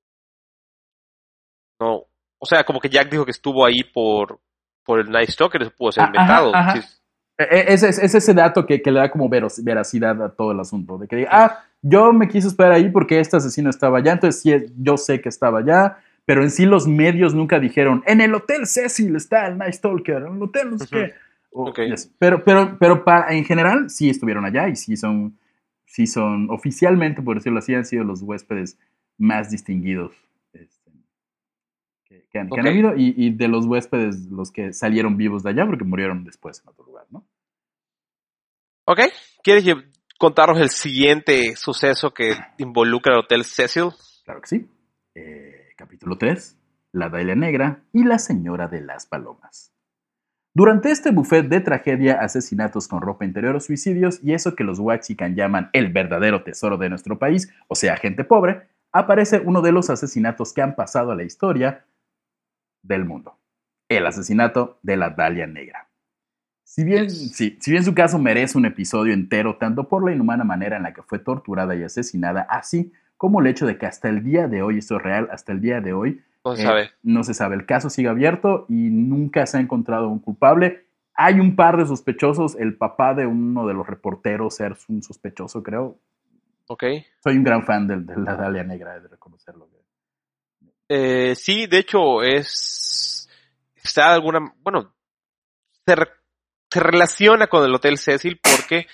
No. O sea, como que Jack dijo que estuvo ahí por, por el Night Stalker, eso pudo ser ah, inventado. Ajá, ajá. Sí. Es, es, es ese dato que, que le da como veros, veracidad a todo el asunto. De que diga, ah, yo me quise esperar ahí porque este asesino estaba allá, entonces sí, yo sé que estaba allá. Pero en sí los medios nunca dijeron, en el Hotel Cecil está el Night Stalker, en el hotel no sé uh-huh. qué. O, okay. yes. Pero, pero, pero para, en general sí estuvieron allá y sí son, sí son, oficialmente, por decirlo así, han sido los huéspedes más distinguidos este, que, que, han, okay. que han habido y, y de los huéspedes los que salieron vivos de allá porque murieron después en otro lugar, ¿no? Ok, ¿quieres contarnos el siguiente suceso que involucra al Hotel Cecil? Claro que sí. Eh... Capítulo tres, La Dalia Negra y la Señora de las Palomas. Durante este buffet de tragedia, asesinatos con ropa interior, suicidios y eso que los huachican llaman el verdadero tesoro de nuestro país, o sea, gente pobre, aparece uno de los asesinatos que han pasado a la historia del mundo. El asesinato de la Dalia Negra. Si bien, sí, si bien su caso merece un episodio entero, tanto por la inhumana manera en la que fue torturada y asesinada, así como el hecho de que hasta el día de hoy, esto es real, hasta el día de hoy, no se, eh, sabe. no se sabe. El caso sigue abierto y nunca se ha encontrado un culpable. Hay un par de sospechosos. El papá de uno de los reporteros es un sospechoso, creo. Ok. Soy un gran fan de, de la Dalia Negra, de reconocerlo. Eh, sí, de hecho, es... Está alguna... Bueno, se, re, se relaciona con el Hotel Cecil porque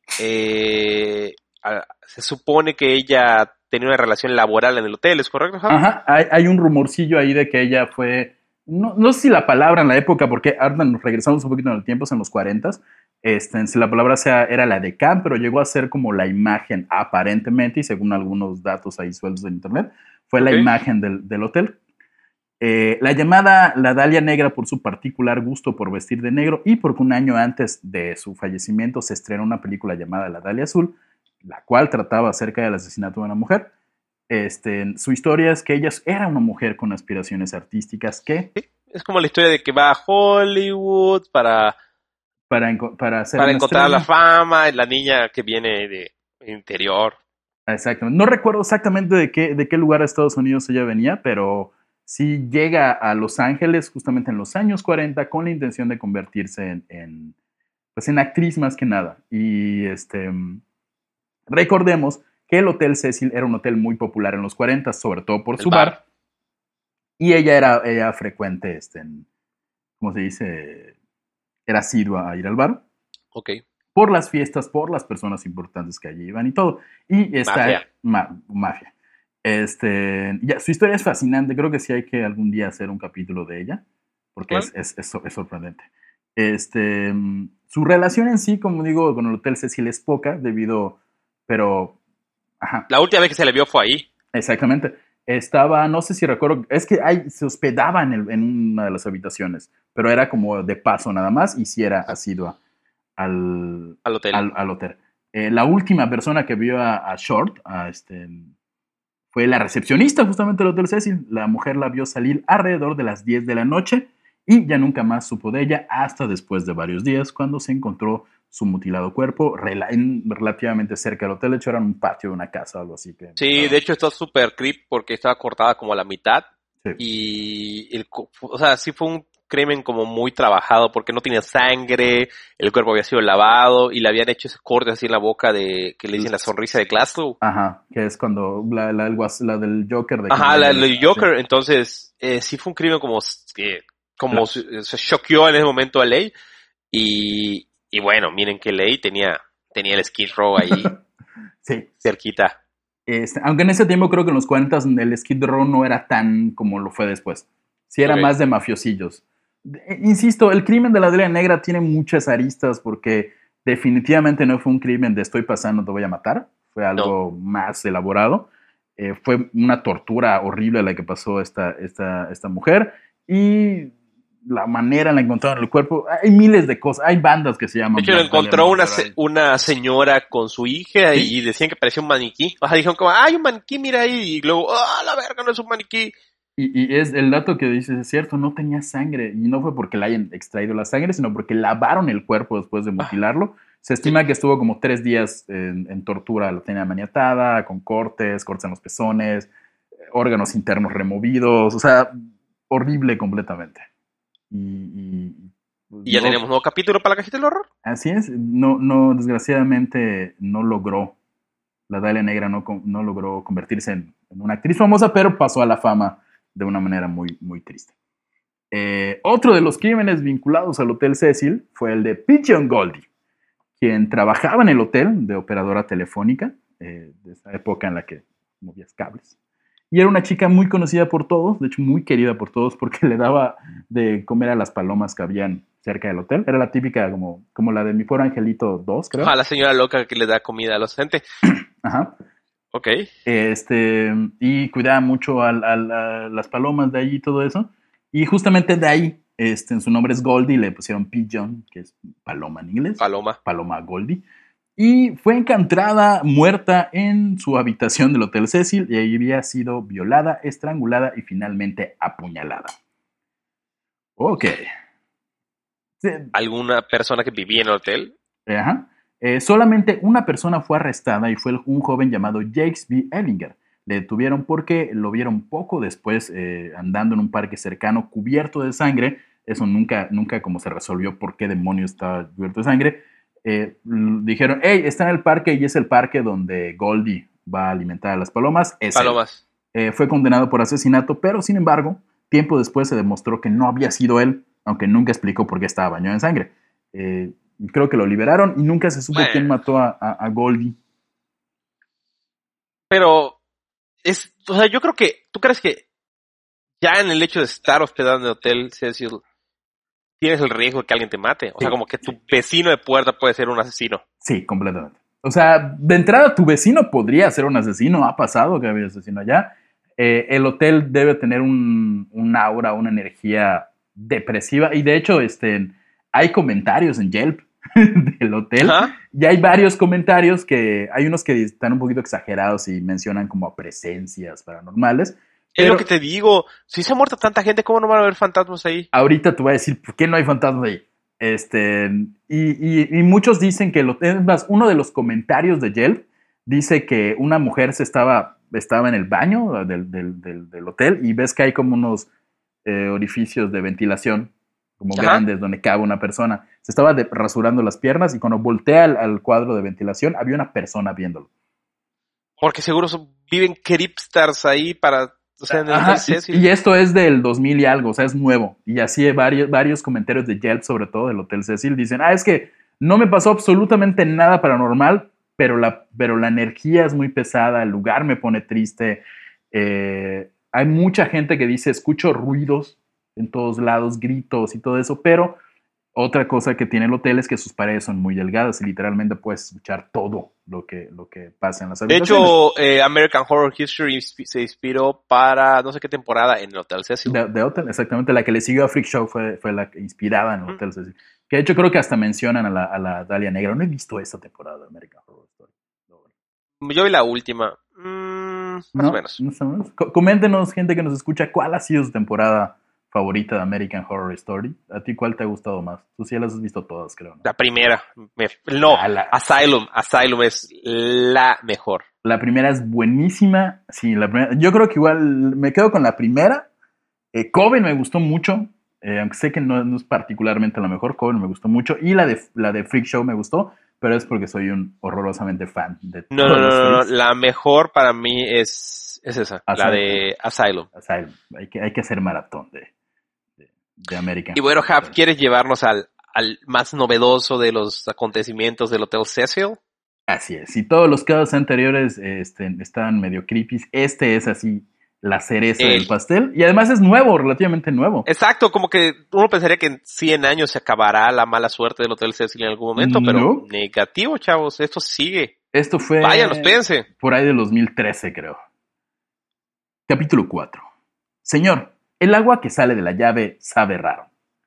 eh, a, se supone que ella tenía una relación laboral en el hotel, ¿es correcto, Javi? Ajá, hay, hay un rumorcillo ahí de que ella fue, no, no sé si la palabra en la época, porque ahora nos regresamos un poquito en el tiempo, es en los cuarentas, este, si la palabra sea, era la decán, pero llegó a ser como la imagen aparentemente, y según algunos datos ahí sueltos en internet, fue okay. La imagen del, del hotel. Eh, la llamada la Dalia Negra por su particular gusto por vestir de negro y porque un año antes de su fallecimiento se estrenó una película llamada La Dalia Azul, la cual trataba acerca del asesinato de una mujer. Este, su historia es que ella era una mujer con aspiraciones artísticas que... Sí, es como la historia de que va a Hollywood para... Para, para, hacer para encontrar estrella. La fama, la niña que viene de interior. Exactamente. No recuerdo exactamente de qué, de qué lugar de Estados Unidos ella venía, pero sí llega a Los Ángeles justamente en los años cuarenta con la intención de convertirse en, en, pues en actriz más que nada. Y este, recordemos que el Hotel Cecil era un hotel muy popular en los cuarenta, sobre todo por el su bar. bar. Y ella era ella frecuente, este, en, ¿cómo se dice? Era asidua a ir al bar. Ok. Por las fiestas, por las personas importantes que allí iban y todo. Y esta mafia. Ma, mafia. Este, ya, su historia es fascinante. Creo que sí hay que algún día hacer un capítulo de ella, porque ¿Cuál? es, es, es, es sorprendente. Este, su relación en sí, como digo, con el Hotel Cecil es poca, debido, pero... Ajá. La última vez que se le vio fue ahí. Exactamente. Estaba, no sé si recuerdo, es que hay, se hospedaba en, el, en una de las habitaciones, pero era como de paso nada más, y si era asidua al, al hotel. Al, al hotel. Eh, la última persona que vio a, a Short a este, fue la recepcionista justamente del Hotel Cecil. La mujer la vio salir alrededor de las diez de la noche y ya nunca más supo de ella hasta después de varios días cuando se encontró su mutilado cuerpo rel en, relativamente cerca del hotel. De hecho, era en un patio de una casa o algo así. Que sí, estaba... de hecho está súper creep porque estaba cortada como a la mitad. Sí. Y, el, o sea, sí fue un crimen como muy trabajado porque no tenía sangre, el cuerpo había sido lavado y le habían hecho ese corte así en la boca de que le dicen la sonrisa de Glasgow. Ajá, que es cuando la, la, la del Joker. De Ajá, la del Joker. Sí. Entonces, eh, sí fue un crimen como que como se, se choqueó en ese momento a Ley. Y, y bueno, miren que Ley tenía, tenía el Skid Row ahí sí. cerquita. Este, aunque en ese tiempo creo que en los cuarentas el Skid Row no era tan como lo fue después. Sí era okay. más de mafiosillos. Insisto, el crimen de la Dalia Negra tiene muchas aristas porque definitivamente no fue un crimen de estoy pasando, te voy a matar. Fue algo no. más elaborado. Eh, fue una tortura horrible la que pasó esta, esta, esta mujer. Y la manera en la que encontraron el cuerpo, hay miles de cosas. Hay bandas que se llaman... De hecho, lo encontró una, se, una señora con su hija ¿sí? y decían que parecía un maniquí. O sea, dijeron como, ¡ay, un maniquí, mira ahí! Y luego, ¡ah, la verga, no es un maniquí! Y, y es el dato que dices, es cierto, no tenía sangre. Y no fue porque le hayan extraído la sangre, sino porque lavaron el cuerpo después de mutilarlo. Se estima que estuvo como tres días en, en tortura. La tenía maniatada, con cortes, cortes en los pezones, órganos internos removidos. O sea, horrible completamente. Y, y, ¿Y ya no, tenemos un nuevo capítulo para la cajita del horror? Así es. No, no, desgraciadamente no logró. La Dalia Negra no, no logró convertirse en, en una actriz famosa, pero pasó a la fama de una manera muy, muy triste. Eh, otro de los crímenes vinculados al Hotel Cecil fue el de Pigeon Goldie, quien trabajaba en el hotel de operadora telefónica, eh, de esa época en la que movías cables. Y era una chica muy conocida por todos, de hecho muy querida por todos, porque le daba de comer a las palomas que habían cerca del hotel. Era la típica como, como la de Mi Pobre Angelito dos, creo. Ah, la señora loca que le da comida a los gente. Ajá. Ok. Este, y cuidaba mucho a, a, a las palomas de allí y todo eso. Y justamente de ahí, este, en su nombre es Goldie, le pusieron Pigeon, que es paloma en inglés. Paloma. Paloma Goldie. Y fue encontrada muerta en su habitación del Hotel Cecil y ahí había sido violada, estrangulada y finalmente apuñalada. Ok. ¿Alguna persona que vivía en el hotel? Ajá. Eh, solamente una persona fue arrestada y fue un joven llamado Jakes B. Ellinger. Le detuvieron porque lo vieron poco después eh, andando en un parque cercano cubierto de sangre. Eso nunca, nunca como se resolvió por qué demonios estaba cubierto de sangre. Eh, dijeron, hey, está en el parque y es el parque donde Goldie va a alimentar a las palomas. Es palomas. Eh, fue condenado por asesinato, pero sin embargo, tiempo después se demostró que no había sido él, aunque nunca explicó por qué estaba bañado en sangre. Eh, Creo que lo liberaron y nunca se supo Bueno. quién mató a, a, a Goldie. Pero, es, o sea, yo creo que, ¿tú crees que ya en el hecho de estar hospedado en el Hotel Cecil tienes el riesgo de que alguien te mate? O Sí, sea, como que tu sí. vecino de puerta puede ser un asesino. Sí, completamente. O sea, de entrada tu vecino podría ser un asesino, ha pasado que había asesino allá. Eh, el hotel debe tener un, un aura, una energía depresiva y de hecho este, hay comentarios en Yelp del hotel Ajá. y hay varios comentarios que hay unos que están un poquito exagerados y mencionan como presencias paranormales. Es Pero lo que te digo. Si se ha muerto tanta gente, ¿cómo no van a haber fantasmas ahí? ahorita te voy a decir por qué no hay fantasmas ahí. Este, y, y, y muchos dicen que, lo, es más, uno de los comentarios de Yelp dice que una mujer se estaba, estaba en el baño del, del, del, del hotel y ves que hay como unos eh, orificios de ventilación, como Ajá. grandes, donde cabe una persona. Se estaba de, rasurando las piernas y cuando voltea al, al cuadro de ventilación había una persona viéndolo. Porque seguro son- viven cripstars ahí para... O sea, en el Ajá, Hotel Cecil. y, y esto es del dos mil y algo, o sea, es nuevo. Y así varios, varios comentarios de Yelp, sobre todo del Hotel Cecil, dicen, ah, es que no me pasó absolutamente nada paranormal, pero la, pero la energía es muy pesada, el lugar me pone triste. Eh, hay mucha gente que dice, escucho ruidos en todos lados, gritos y todo eso, pero otra cosa que tiene el hotel es que sus paredes son muy delgadas y literalmente puedes escuchar todo lo que, lo que pasa en las De habitaciones. hecho, eh, American Horror History inspi- se inspiró para no sé qué temporada en el Hotel Cecil. De, de Hotel, exactamente. La que le siguió a Freak Show fue, fue la que inspiraba en el Hotel Cecil. Que de hecho creo que hasta mencionan a la, a la Dalia Negra. No he visto esta temporada de American Horror Story. No, Yo vi la última. Mm, más no, o menos. no sabemos. Co- Coméntenos, gente que nos escucha, ¿cuál ha sido su temporada favorita de American Horror Story? ¿A ti cuál te ha gustado más? Tú sí las has visto todas, creo, ¿no? La primera. Me- no, Ah, la- Asylum. Asylum es la mejor. La primera es buenísima. Sí, la primera. Yo creo que igual me quedo con la primera. Eh, Coven me gustó mucho. Eh, aunque sé que no, no es particularmente la mejor, Coven me gustó mucho. Y la de, la de Freak Show me gustó, pero es porque soy un horrorosamente fan de No, todos no, los no, no, freaks. la mejor para mí es, es esa, Asylum. la de Asylum. Asylum. Hay que, hay que hacer maratón de, de, de American Y bueno, Horror Hap, Story. ¿quieres llevarnos al, al más novedoso de los acontecimientos del Hotel Cecil? Así es. Si todos los casos anteriores este, estaban medio creepy, este es así la cereza El- del pastel. Y además es nuevo, relativamente nuevo. Exacto, como que uno pensaría que en cien años se acabará la mala suerte del Hotel Cecil en algún momento, pero No. negativo, chavos, esto sigue. Esto fue Vayan, espérense. por ahí del dos mil trece, creo. Capítulo cuatro. Señor, el agua que sale de la llave sabe raro.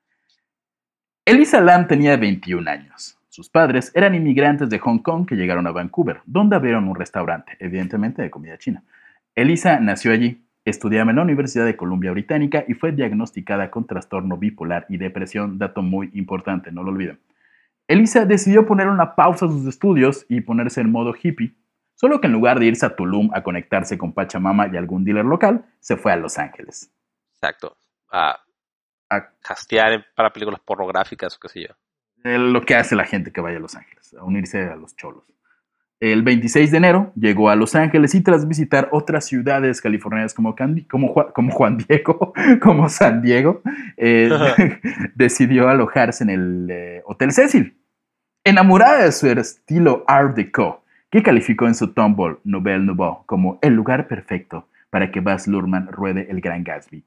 Elisa Lam tenía veintiún años. Sus padres eran inmigrantes de Hong Kong que llegaron a Vancouver, donde abrieron un restaurante, evidentemente de comida china. Elisa nació allí, estudiaba en la Universidad de Columbia Británica y fue diagnosticada con trastorno bipolar y depresión, dato muy importante, no lo olviden. Elisa decidió poner una pausa a sus estudios y ponerse en modo hippie, solo que en lugar de irse a Tulum a conectarse con Pachamama y algún dealer local, se fue a Los Ángeles. Exacto. A A castear en- para películas pornográficas o qué sé yo. eh, lo que hace la gente que vaya a Los Ángeles, a unirse a los cholos. El veintiséis de enero llegó a Los Ángeles y tras visitar otras ciudades californianas como, Candy, como, Juan, como Juan Diego, como San Diego, eh, decidió alojarse en el eh, Hotel Cecil. Enamorada de su estilo Art Deco, que calificó en su Tumblr Nouvelle Nouveau como el lugar perfecto para que Baz Luhrmann ruede El Gran Gatsby.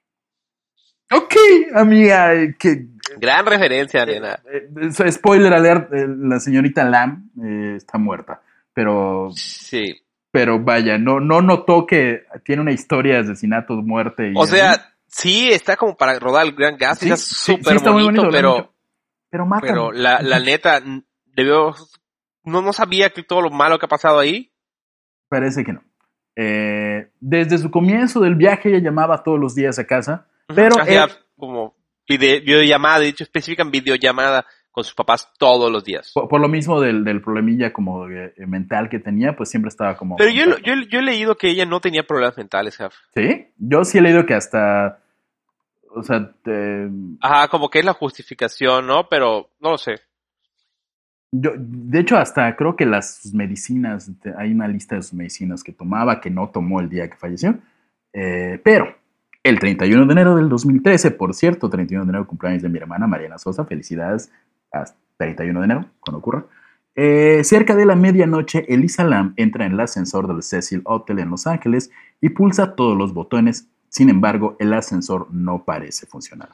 Ok, amiga, eh, que Gran referencia, nena. eh, eh, spoiler alert, eh, la señorita Lam eh, está muerta, pero Sí. pero vaya, no no notó que tiene una historia de asesinatos, muerte y O sea, así. sí, está como para rodar el Gran Gatsby, Sí, está sí, sí, súper está muy bonito, bonito, lo han pero, dicho. pero mátame. pero la, la neta, n- debió, no, no sabía que todo lo malo que ha pasado ahí. Parece que no. Eh, desde su comienzo del viaje ella llamaba todos los días a casa, Ujú, pero hacía él- como vide- videollamada, de hecho específica en videollamada con sus papás todos los días. por, por lo mismo del, del problemilla como eh, mental que tenía, pues siempre estaba como... Pero yo, lo- contacto. yo, yo he leído que ella no tenía problemas mentales, Jaf. Sí, yo sí he leído que hasta... O sea, te- Ajá, como que es la justificación, ¿no? Pero no lo sé. yo, de hecho, hasta creo que las sus medicinas, te- hay una lista de sus medicinas que tomaba, que no tomó el día que falleció. Eh, pero el treinta y uno de enero del dos mil trece, por cierto, treinta y uno de enero, cumpleaños de mi hermana Mariana Sosa, felicidades, hasta- treinta y uno de enero, cuando ocurra. Eh, cerca de la medianoche, Elisa Lam entra en el ascensor del Cecil Hotel en Los Ángeles y pulsa todos los botones. Sin embargo, el ascensor no parece funcionar.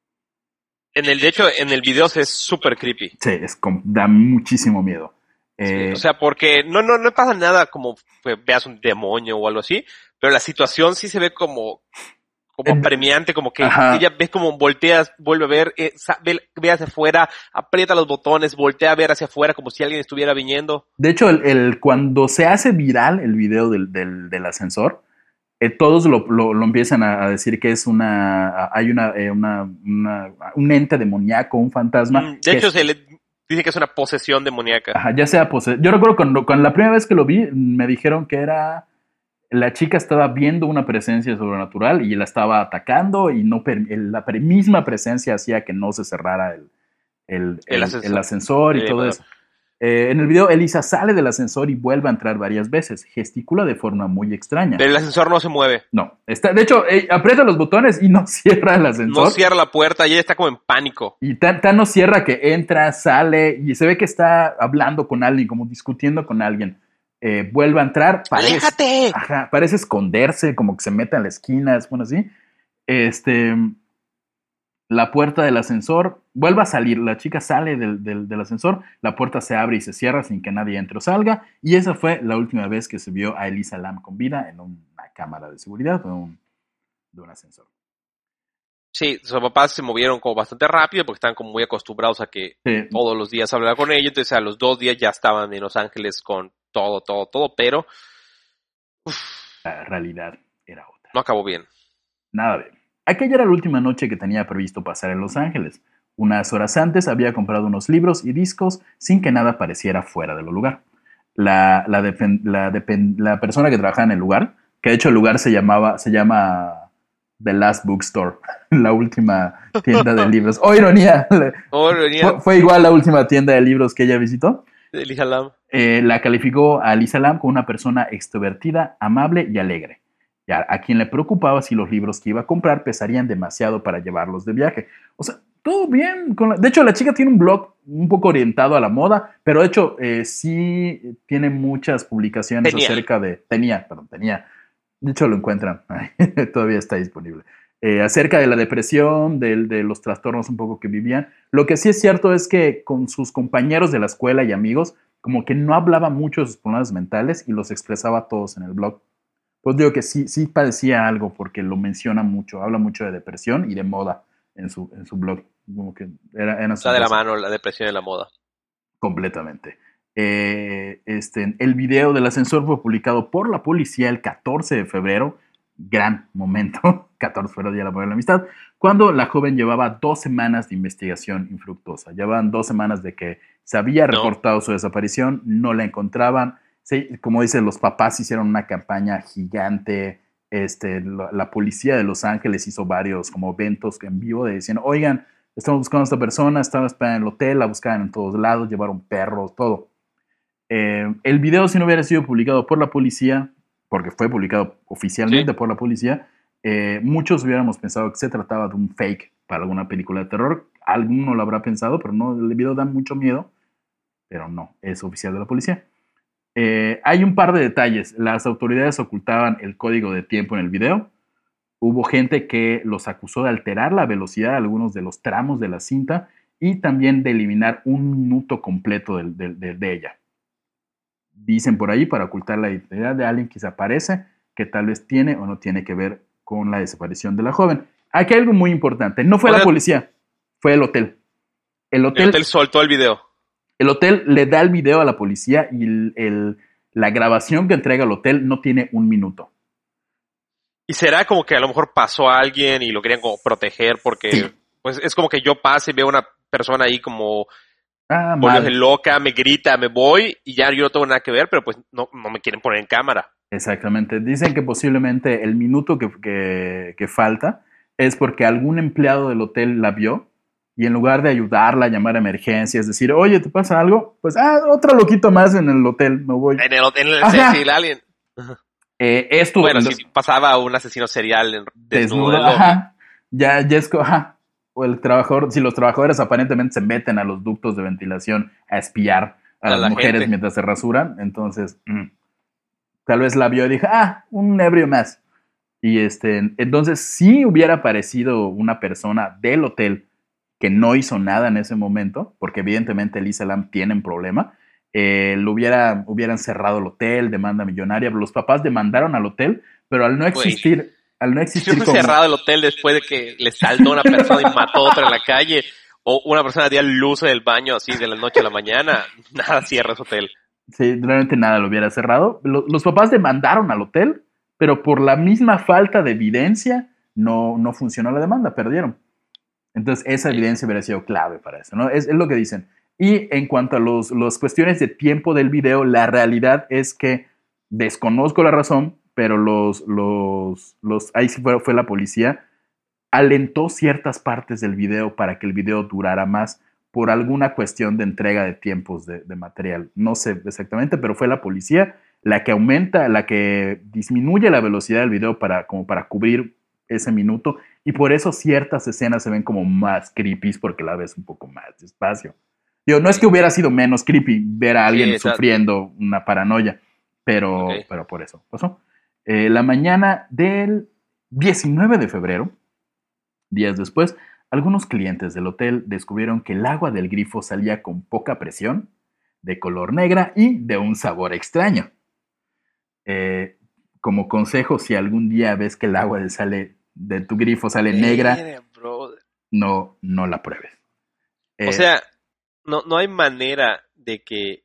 En el, de hecho, en el video se es súper creepy. Sí, es, da muchísimo miedo. Eh, sí, o sea, porque no, no, no pasa nada como pues, veas un demonio o algo así, pero la situación sí se ve como, como apremiante, como que ajá. ella ves como volteas, vuelve a ver, eh, ve, ve hacia afuera, aprieta los botones, voltea a ver hacia afuera como si alguien estuviera viniendo. De hecho, el, el, cuando se hace viral el video del, del, del ascensor, eh, todos lo, lo, lo empiezan a, a decir que es una, hay una, eh, una, una, un ente demoníaco, un fantasma. Mm, de hecho, es, se le dice que es una posesión demoníaca. Ajá, ya sea posesión. Yo recuerdo cuando, cuando la primera vez que lo vi, me dijeron que era... La chica estaba viendo una presencia sobrenatural y la estaba atacando y no la misma presencia hacía que no se cerrara el, el, el, el, ascensor. el ascensor y el todo eso. Eh, en el video, Elisa sale del ascensor y vuelve a entrar varias veces. Gesticula de forma muy extraña. Pero el ascensor no se mueve. No. Está, de hecho, eh, aprieta los botones y no cierra el ascensor. No cierra la puerta y ella está como en pánico. Y tan, tan no cierra que entra, sale y se ve que está hablando con alguien, como discutiendo con alguien. Eh, vuelve a entrar, parece, ¡aléjate! Ajá, parece esconderse, como que se mete en la esquina, es bueno así. Este, la puerta del ascensor vuelve a salir, la chica sale del, del, del ascensor, la puerta se abre y se cierra sin que nadie entre o salga, y esa fue la última vez que se vio a Elisa Lam con vida en una cámara de seguridad de un, de un ascensor. Sí, sus papás se movieron como bastante rápido porque están como muy acostumbrados a que sí. todos los días hablara con ella, entonces a los dos días ya estaban en Los Ángeles con todo, todo, todo, pero uf, la realidad era otra. No acabó bien. Nada bien. Aquella era la última noche que tenía previsto pasar en Los Ángeles. Unas horas antes había comprado unos libros y discos sin que nada pareciera fuera del lugar. La, la, depen, la, depen, la persona que trabajaba en el lugar, que de hecho el lugar se llamaba, se llama The Last Bookstore, la última tienda de libros. ¡Oh, ironía! Oh, ironía. Fue, fue igual la última tienda de libros que ella visitó. Elisa Lam. Eh, la calificó a Elisa Lam como una persona extrovertida, amable y alegre. Y a, a quien le preocupaba si los libros que iba a comprar pesarían demasiado para llevarlos de viaje. O sea, todo bien. Con la... De hecho, la chica tiene un blog un poco orientado a la moda, pero de hecho eh, sí tiene muchas publicaciones tenía. acerca de... Tenía, perdón, tenía. De hecho, lo encuentran. Todavía está disponible. Eh, acerca de la depresión, de, de los trastornos un poco que vivían. Lo que sí es cierto es que con sus compañeros de la escuela y amigos, como que no hablaba mucho de sus problemas mentales y los expresaba todos en el blog. Pues digo que sí, sí padecía algo porque lo menciona mucho, habla mucho de depresión y de moda en su, en su blog. Como que era, era Está de la mano la depresión y la moda. Completamente. Eh, este, el video del ascensor fue publicado por la policía el catorce de febrero. Gran momento, catorce de febrero, Día de la Amistad, cuando la joven llevaba dos semanas de investigación infructuosa. Llevaban dos semanas de que se había reportado no. su desaparición, no la encontraban. Sí, como dicen, los papás hicieron una campaña gigante. Este, la, la policía de Los Ángeles hizo varios como eventos en vivo de diciendo, oigan, estamos buscando a esta persona, estaba esperando en el hotel, la buscaban en todos lados, llevaron perros, todo. Eh, el video, si no hubiera sido publicado por la policía, porque fue publicado oficialmente sí. por la policía, eh, muchos hubiéramos pensado que se trataba de un fake para alguna película de terror. Alguno lo habrá pensado, pero no, el video da mucho miedo, pero no, es oficial de la policía. Eh, hay un par de detalles. Las autoridades ocultaban el código de tiempo en el video. Hubo gente que los acusó de alterar la velocidad de algunos de los tramos de la cinta y también de eliminar un minuto completo de, de, de, de ella. Dicen por ahí, para ocultar la identidad de alguien que se aparece, que tal vez tiene o no tiene que ver con la desaparición de la joven. Aquí hay algo muy importante. No fue o sea, la policía, fue el hotel. El hotel, el hotel soltó el video. El hotel le da el video a la policía y el, el, la grabación que entrega el hotel no tiene un minuto. ¿Y será como que a lo mejor pasó a alguien y lo querían como proteger? Porque sí. pues es como que yo pase y veo a una persona ahí como ah, loca, me grita, me voy y ya yo no tengo nada que ver, pero pues no, no me quieren poner en cámara. Exactamente. Dicen que posiblemente el minuto que, que, que falta es porque algún empleado del hotel la vio. Y en lugar de ayudarla a llamar a emergencias, decir, oye, ¿te pasa algo? Pues, ah, otro loquito más en el hotel, me voy. En el hotel, en el Cecil, alguien. Eh, esto, bueno, los, si pasaba un asesino serial en, desnudo, desnudo ajá, ya, ya es, ajá. o el trabajador, si los trabajadores aparentemente se meten a los ductos de ventilación a espiar a, a las la mujeres gente. Mientras se rasuran, entonces mm, tal vez la vio y dijo, ah, un ebrio más. Y este, entonces sí hubiera aparecido una persona del hotel que no hizo nada en ese momento, porque evidentemente Elisa Lam tiene un problema, eh, lo hubiera, hubieran cerrado el hotel, demanda millonaria, los papás demandaron al hotel, pero al no existir... Wey. Al no existir si no como... cerrado el hotel después de que le saltó una persona y mató a otra en la calle, o una persona dio luz en el baño así de la noche a la mañana, nada cierra ese hotel. Sí, realmente nada lo hubiera cerrado. Los, los papás demandaron al hotel, pero por la misma falta de evidencia no, no funcionó la demanda, perdieron. Entonces esa evidencia hubiera sido clave para eso, ¿no? Es, es lo que dicen. Y en cuanto a los, los cuestiones de tiempo del video, la realidad es que desconozco la razón, pero los, los, los ahí sí fue, fue la policía, alentó ciertas partes del video para que el video durara más por alguna cuestión de entrega de tiempos de, de material. No sé exactamente, pero fue la policía la que aumenta, la que disminuye la velocidad del video para, como para cubrir ese minuto, y por eso ciertas escenas se ven como más creepy porque la ves un poco más despacio. Digo, no es que hubiera sido menos creepy ver a alguien sí, sufriendo una paranoia, pero, okay. pero por eso pasó. Eh, la mañana del diecinueve de febrero, días después, algunos clientes del hotel descubrieron que el agua del grifo salía con poca presión, de color negra y de un sabor extraño. Eh, como consejo, si algún día ves que el agua de, sale, de tu grifo sale negra, no, no la pruebes. Eh, o sea, no, no hay manera de que...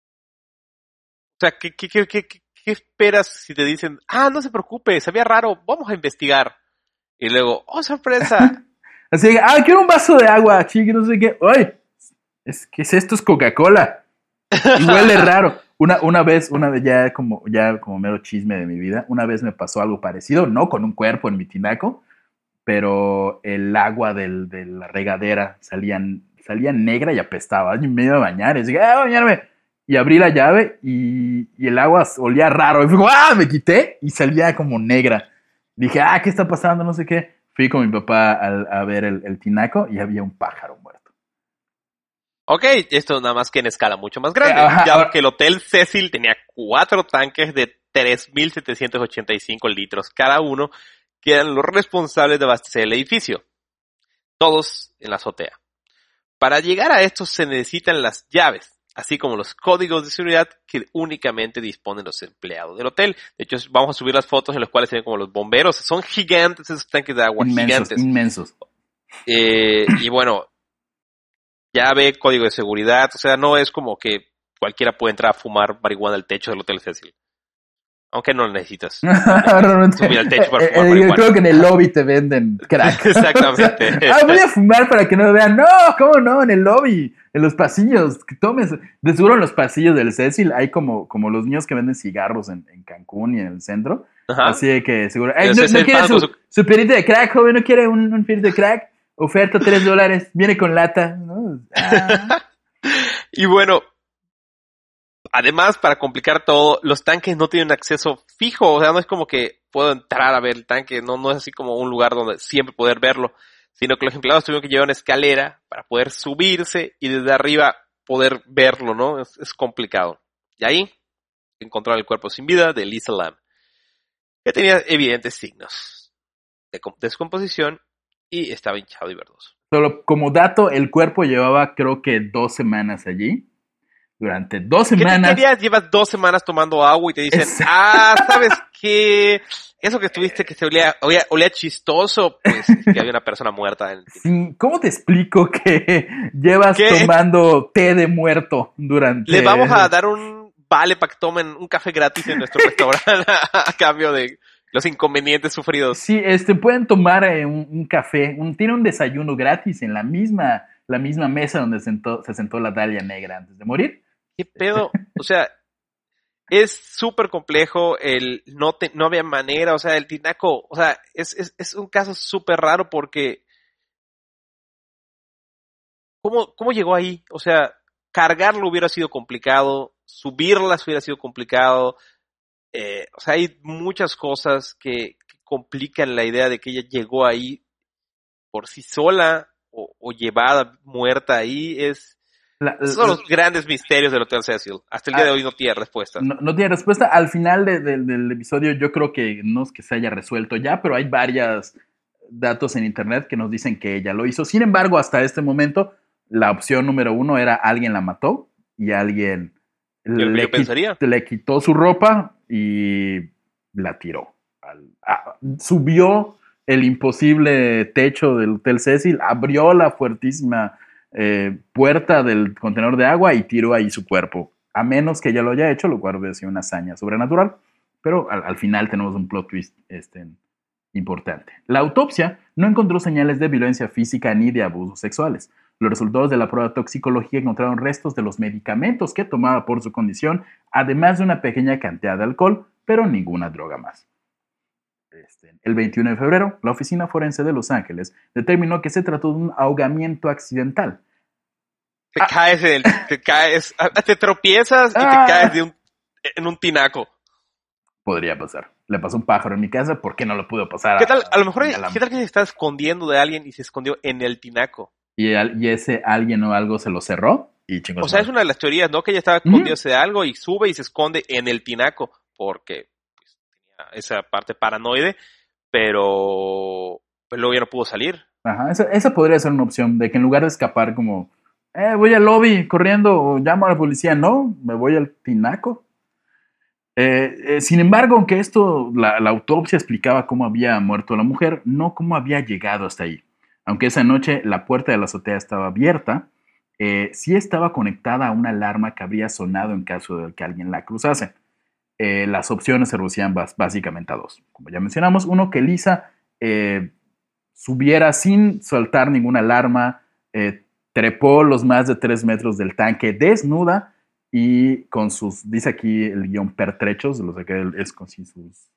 O sea, ¿qué, qué, qué, qué, qué esperas si te dicen, ah, no se preocupe, sabía raro, vamos a investigar? Y luego, oh, sorpresa. Así que, ah, quiero un vaso de agua, chiqui, no sé qué. ¡Ay! Es, ¿qué es esto? Es Coca-Cola. Y huele raro. Una, una vez, una vez ya como, ya como mero chisme de mi vida, una vez me pasó algo parecido, no con un cuerpo en mi tinaco, pero el agua del, de la regadera salía, salía negra y apestaba. Y me iba a bañar y dije, ¡ah, bañarme! Y abrí la llave y, y el agua olía raro. Y fui como, ¡ah! Me quité y salía como negra. Dije, ah, ¿qué está pasando? No sé qué. Fui con mi papá a, a ver el, el tinaco y había un pájaro muerto. Ok, esto nada más que en escala mucho más grande. Ajá, ya ahora... que el Hotel Cecil tenía cuatro tanques de tres mil setecientos ochenta y cinco litros cada uno, que eran los responsables de abastecer el edificio. Todos en la azotea. Para llegar a estos se necesitan las llaves, así como los códigos de seguridad que únicamente disponen los empleados del hotel. De hecho, vamos a subir las fotos en las cuales se ven como los bomberos. Son gigantes esos tanques de agua, inmensos, gigantes. Inmensos. Eh, y bueno, llave, código de seguridad. O sea, no es como que cualquiera puede entrar a fumar marihuana al techo del Hotel Cecil. Aunque no lo necesitas. No necesitas subir al techo para eh, fumar eh, marihuana. Yo creo que en el lobby te venden crack. Exactamente. O sea, ah, voy a fumar para que no me vean. No, ¿cómo no? En el lobby, en los pasillos. Que tomes. De seguro en los pasillos del Cecil hay como, como los niños que venden cigarros en, en Cancún y en el centro. Ajá. Así de que seguro. Ay, no, ¿no quiere su, su... su pirito de crack, joven? ¿No quiere un, un pirito de crack? Oferta tres dólares. Viene con lata. ¿No? Ah. Y bueno, además, para complicar todo, los tanques no tienen acceso fijo. O sea, no es como que puedo entrar a ver el tanque. No, no es así como un lugar donde siempre poder verlo. Sino que los empleados tuvieron que llevar una escalera para poder subirse y desde arriba poder verlo, ¿no? Es, es complicado. Y ahí encontraron el cuerpo sin vida de Elisa Lam, que tenía evidentes signos de descomposición y estaba hinchado y verdoso. Solo como dato, el cuerpo llevaba creo que dos semanas allí. Durante dos semanas. ¿Qué te querías? Llevas dos semanas tomando agua y te dicen, es... ah, ¿sabes qué? Eso que estuviste que se olía, olía, olía chistoso, pues es que había una persona muerta. En el sí, ¿cómo te explico que llevas ¿Qué? tomando té de muerto durante... Le vamos a dar un vale para que tomen un café gratis en nuestro restaurante a cambio de los inconvenientes sufridos. Sí, este, pueden tomar eh, un, un café, un, tiene un desayuno gratis en la misma, la misma mesa donde sentó, se sentó la Dalia Negra antes de morir. ¿Qué pedo? O sea, es súper complejo, el no, te, no había manera, o sea, el tinaco, o sea, es, es, es un caso súper raro porque ¿cómo, ¿cómo llegó ahí? O sea, cargarlo hubiera sido complicado, subirlas hubiera sido complicado, eh, o sea, hay muchas cosas que, que complican la idea de que ella llegó ahí por sí sola o, o llevada muerta ahí. Es La- esos son la- los grandes misterios del Hotel Cecil. Hasta el día de hoy no tiene respuestas. no, no tiene respuesta. Al final de- de- del episodio yo creo que no es que se haya resuelto ya, pero hay varios datos en internet que nos dicen que ella lo hizo. Sin embargo, hasta este momento, la opción número uno era alguien la mató y alguien Yo, le, yo pensaría. quit- le quitó su ropa y la tiró. Al- a- subió el imposible techo del Hotel Cecil, abrió la fuertísima eh, puerta del contenedor de agua y tiró ahí su cuerpo. A menos que ella lo haya hecho, lo cual hubiera sido una hazaña sobrenatural. Pero al, al final tenemos un plot twist este, importante. La autopsia no encontró señales de violencia física ni de abusos sexuales. Los resultados de la prueba toxicología encontraron restos de los medicamentos que tomaba por su condición, además de una pequeña cantidad de alcohol, pero ninguna droga más. Este, el veintiuno de febrero, la Oficina Forense de Los Ángeles determinó que se trató de un ahogamiento accidental. Te Ah. caes en el, te caes, te tropiezas y te Ah. caes de un, en un tinaco. Podría pasar. Le pasó un pájaro en mi casa, ¿por qué no lo pudo pasar? ¿Qué tal? A lo mejor, a la- ¿qué tal que se está escondiendo de alguien y se escondió en el tinaco? Y, al- y ese alguien o algo se lo cerró y chingos. O sea, es una de las teorías, ¿no? Que ella estaba escondiéndose de algo y sube y se esconde en el tinaco porque pues, tenía esa parte paranoide, pero pues, luego ya no pudo salir. Ajá, esa, esa podría ser una opción, de que en lugar de escapar como, eh, voy al lobby corriendo o llamo a la policía, no, me voy al tinaco. Eh, eh, sin embargo, aunque esto, la, la autopsia explicaba cómo había muerto la mujer, no cómo había llegado hasta ahí. Aunque esa noche la puerta de la azotea estaba abierta, eh, sí estaba conectada a una alarma que habría sonado en caso de que alguien la cruzase. Eh, las opciones se reducían bas- básicamente a dos. Como ya mencionamos, uno, que Lisa eh, subiera sin soltar ninguna alarma, eh, trepó los más de tres metros del tanque desnuda y con sus, dice aquí el guión pertrechos, lo saqué, del- es con sí, sus,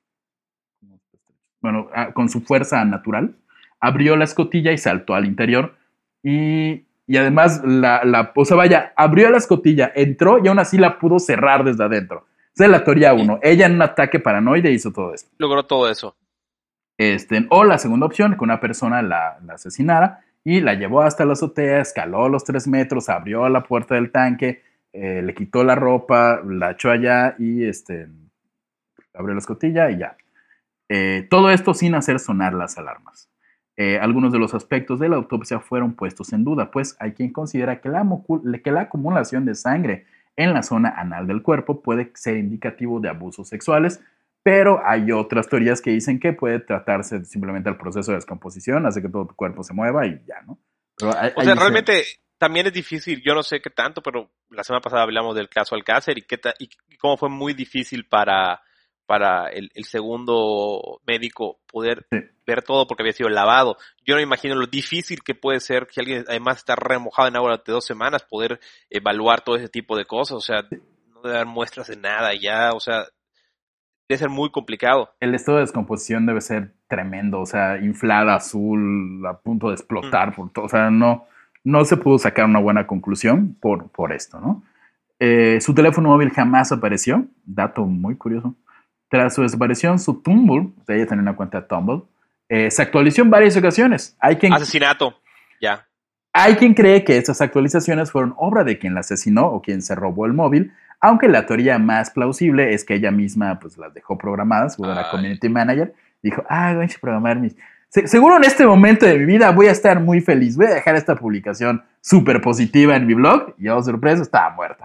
bueno, ah, con su fuerza natural, abrió la escotilla y saltó al interior y, y además, la, la, o sea, vaya, abrió la escotilla, entró y aún así la pudo cerrar desde adentro. Esa es la teoría uno. Ella en un ataque paranoide hizo todo esto. Logró todo eso. Este, o la segunda opción, que una persona la, la asesinara y la llevó hasta la azotea, escaló los tres metros, abrió la puerta del tanque, eh, le quitó la ropa, la echó allá y este, abrió la escotilla y ya. Eh, todo esto sin hacer sonar las alarmas. Eh, algunos de los aspectos de la autopsia fueron puestos en duda, pues hay quien considera que la, que la acumulación de sangre en la zona anal del cuerpo puede ser indicativo de abusos sexuales, pero hay otras teorías que dicen que puede tratarse simplemente del proceso de descomposición, hace que todo tu cuerpo se mueva y ya, ¿no? Pero hay, O sea, hay realmente ese... también es difícil, yo no sé qué tanto, pero la semana pasada hablamos del caso Alcácer y, qué ta- y cómo fue muy difícil para, para el, el segundo médico poder sí. ver todo porque había sido lavado. Yo no me imagino lo difícil que puede ser que alguien además está remojado en agua durante dos semanas poder evaluar todo ese tipo de cosas, o sea, no debe dar muestras de nada ya, o sea, debe ser muy complicado. El estado de descomposición debe ser tremendo, o sea, inflada, azul, a punto de explotar, mm. por todo, o sea, no, no se pudo sacar una buena conclusión por, por esto, ¿no? Eh, su teléfono móvil jamás apareció, dato muy curioso. Tras su desaparición, su Tumblr, o sea, ella tenía una cuenta de Tumblr, eh, se actualizó en varias ocasiones. Hay quien, Asesinato, ya. Hay quien cree que estas actualizaciones fueron obra de quien la asesinó o quien se robó el móvil, aunque la teoría más plausible es que ella misma pues las dejó programadas, o era community manager, dijo, ah, voy a programar mis... Se- seguro en este momento de mi vida voy a estar muy feliz, voy a dejar esta publicación súper positiva en mi blog, y oh, sorpresa, estaba muerta.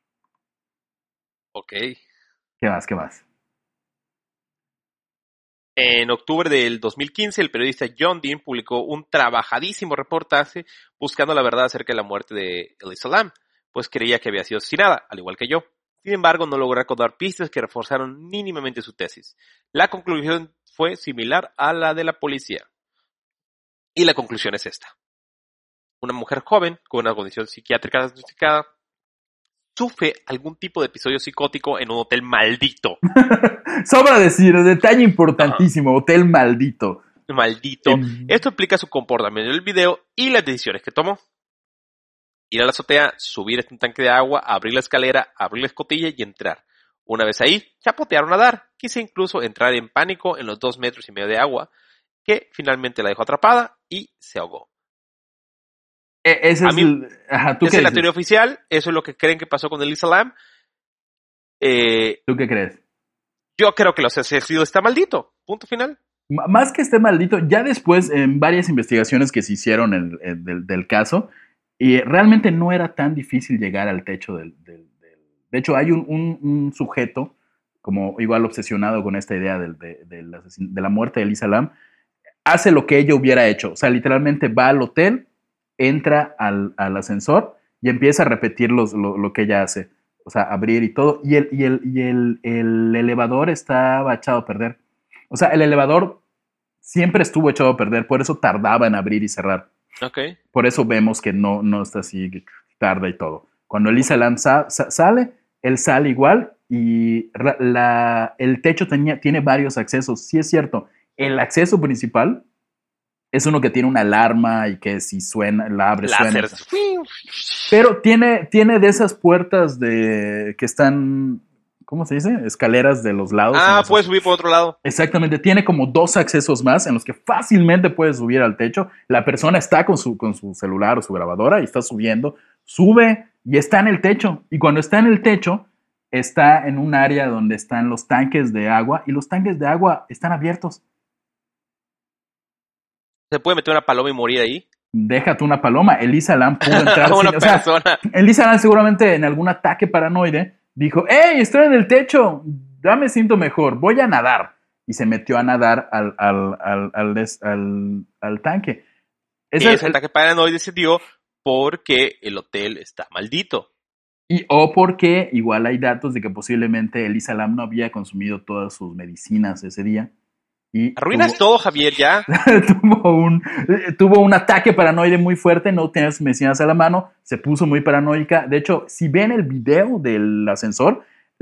Ok. ¿Qué más, qué más? En octubre del dos mil quince, el periodista John Dean publicó un trabajadísimo reportaje buscando la verdad acerca de la muerte de Elisa Lam, pues creía que había sido asesinada, al igual que yo. Sin embargo, no logró recordar pistas que reforzaron mínimamente su tesis. La conclusión fue similar a la de la policía. Y la conclusión es esta. Una mujer joven con una condición psiquiátrica diagnosticada sufre algún tipo de episodio psicótico en un hotel maldito. Sobra decir, detalle importantísimo, uh-huh. Hotel maldito. Maldito. En... Esto explica su comportamiento en el video y las decisiones que tomó. Ir a la azotea, subir a un tanque de agua, abrir la escalera, abrir la escotilla y entrar. Una vez ahí, chapotear o nadar. Quise incluso entrar en pánico en los dos metros y medio de agua que finalmente la dejó atrapada y se ahogó. E- ese A es mí- el... Ajá, ¿tú Esa qué es la dices? teoría oficial, eso es lo que creen que pasó con Elisa Lam. Eh, ¿Tú qué crees? yo creo que los asesinos está maldito, punto final. M- Más que esté maldito, ya después en varias investigaciones que se hicieron en- en- del, del caso, y realmente no era tan difícil llegar al techo del... del- del- De hecho, hay un, un- un sujeto, como igual obsesionado con esta idea del- de, del asesin- de la muerte de Elisa Lam, hace lo que ella hubiera hecho. O sea, literalmente va al hotel, entra al, al ascensor y empieza a repetir los- lo, lo que ella hace. O sea, abrir y todo. Y el, y el, y el, el elevador estaba echado a perder. O sea, el elevador siempre estuvo echado a perder, por eso tardaba en abrir y cerrar. Ok. Por eso vemos que no, no está así, que tarda y todo. Cuando Elisa Lam sa- sa- sale, él sale igual y ra- la- el techo tenía, tiene varios accesos. Sí es cierto, el acceso principal es uno que tiene una alarma y que si suena, la abre, suena. Láseres. Pero tiene, tiene de esas puertas de que están, ¿cómo se dice? Escaleras de los lados. en Ah, los- puedes subir por otro lado. Exactamente, tiene como dos accesos más en los que fácilmente puedes subir al techo. La persona está con su, con su celular o su grabadora y está subiendo, sube y está en el techo. Y cuando está en el techo, está en un área donde están los tanques de agua y los tanques de agua están abiertos. Se puede meter una paloma y morir ahí. Déjate una paloma. Elisa Lam pudo entrar Una sin, o sea, persona. Elisa Lam seguramente en algún ataque paranoide dijo, ¡Ey, estoy en el techo! Ya me siento mejor, voy a nadar. Y se metió a nadar al, al, al, al, des- al- al tanque. Y Ese es ese el- ataque paranoide se dio porque el hotel está maldito. y, o porque igual hay datos de que posiblemente Elisa Lam no había consumido todas sus medicinas ese día. Y Arruinas tuvo- todo, Javier, ya. tuvo, un, eh, tuvo un ataque paranoide muy fuerte, no tenía sus medicinas a la mano, se puso muy paranoica. De hecho, si ven el video del ascensor,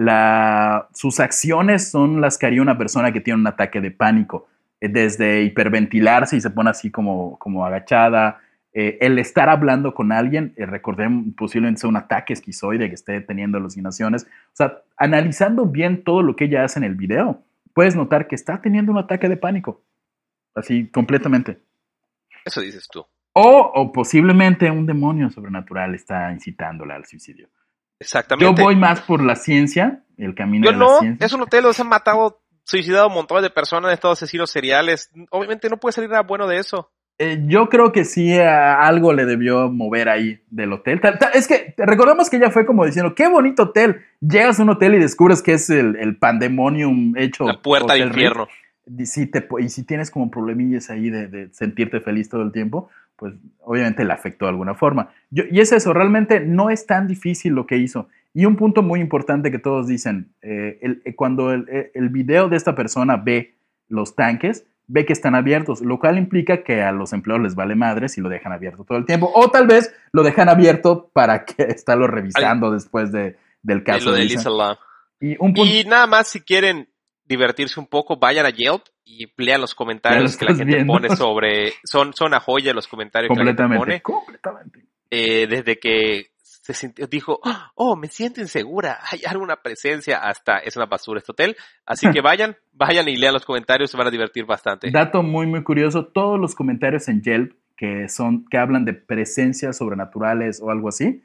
la, sus acciones son las que haría una persona que tiene un ataque de pánico. Eh, Desde hiperventilarse y se pone así como, como agachada, eh, el estar hablando con alguien, eh, recordemos, posiblemente sea un ataque esquizoide que esté teniendo alucinaciones. O sea, analizando bien todo lo que ella hace en el video, puedes notar que está teniendo un ataque de pánico. Así, completamente. Eso dices tú. O, o posiblemente un demonio sobrenatural está incitándola al suicidio. Exactamente. Yo voy más por la ciencia, el camino Yo de no, la ciencia. es un hotel donde se han matado, suicidado un montón de personas, de estos asesinos seriales. Obviamente no puede salir nada bueno de eso. Eh, yo creo que sí eh, algo le debió mover ahí del hotel. Ta- ta- Es que recordemos que ella fue como diciendo, qué bonito hotel. Llegas a un hotel y descubres que es el, el pandemonium hecho La puerta al Hotel Ritz. infierno. Y si, te, y si tienes como problemillas ahí de, de sentirte feliz todo el tiempo, pues obviamente le afectó de alguna forma. Yo, y es eso, realmente no es tan difícil lo que hizo. Y un punto muy importante que todos dicen, eh, el, eh, cuando el, el video de esta persona ve los tanques, ve que están abiertos, lo cual implica que a los empleados les vale madre si lo dejan abierto todo el tiempo, o tal vez lo dejan abierto para que estarlo revisando después de, del Es caso lo de Lisa. Elisa Lam. Y un punto... Y nada más, si quieren divertirse un poco, vayan a Yelp y lean los Ya lo comentarios que la estás gente viendo. pone sobre... Son, son una joya los comentarios que la gente completamente, pone. completamente. Eh, desde que se sintió, dijo, oh, me siento insegura, hay alguna presencia, hasta es una basura este hotel. Así que vayan, vayan y lean los comentarios, se van a divertir bastante. Dato muy, muy curioso, todos los comentarios en Yelp que, son, que hablan de presencias sobrenaturales o algo así,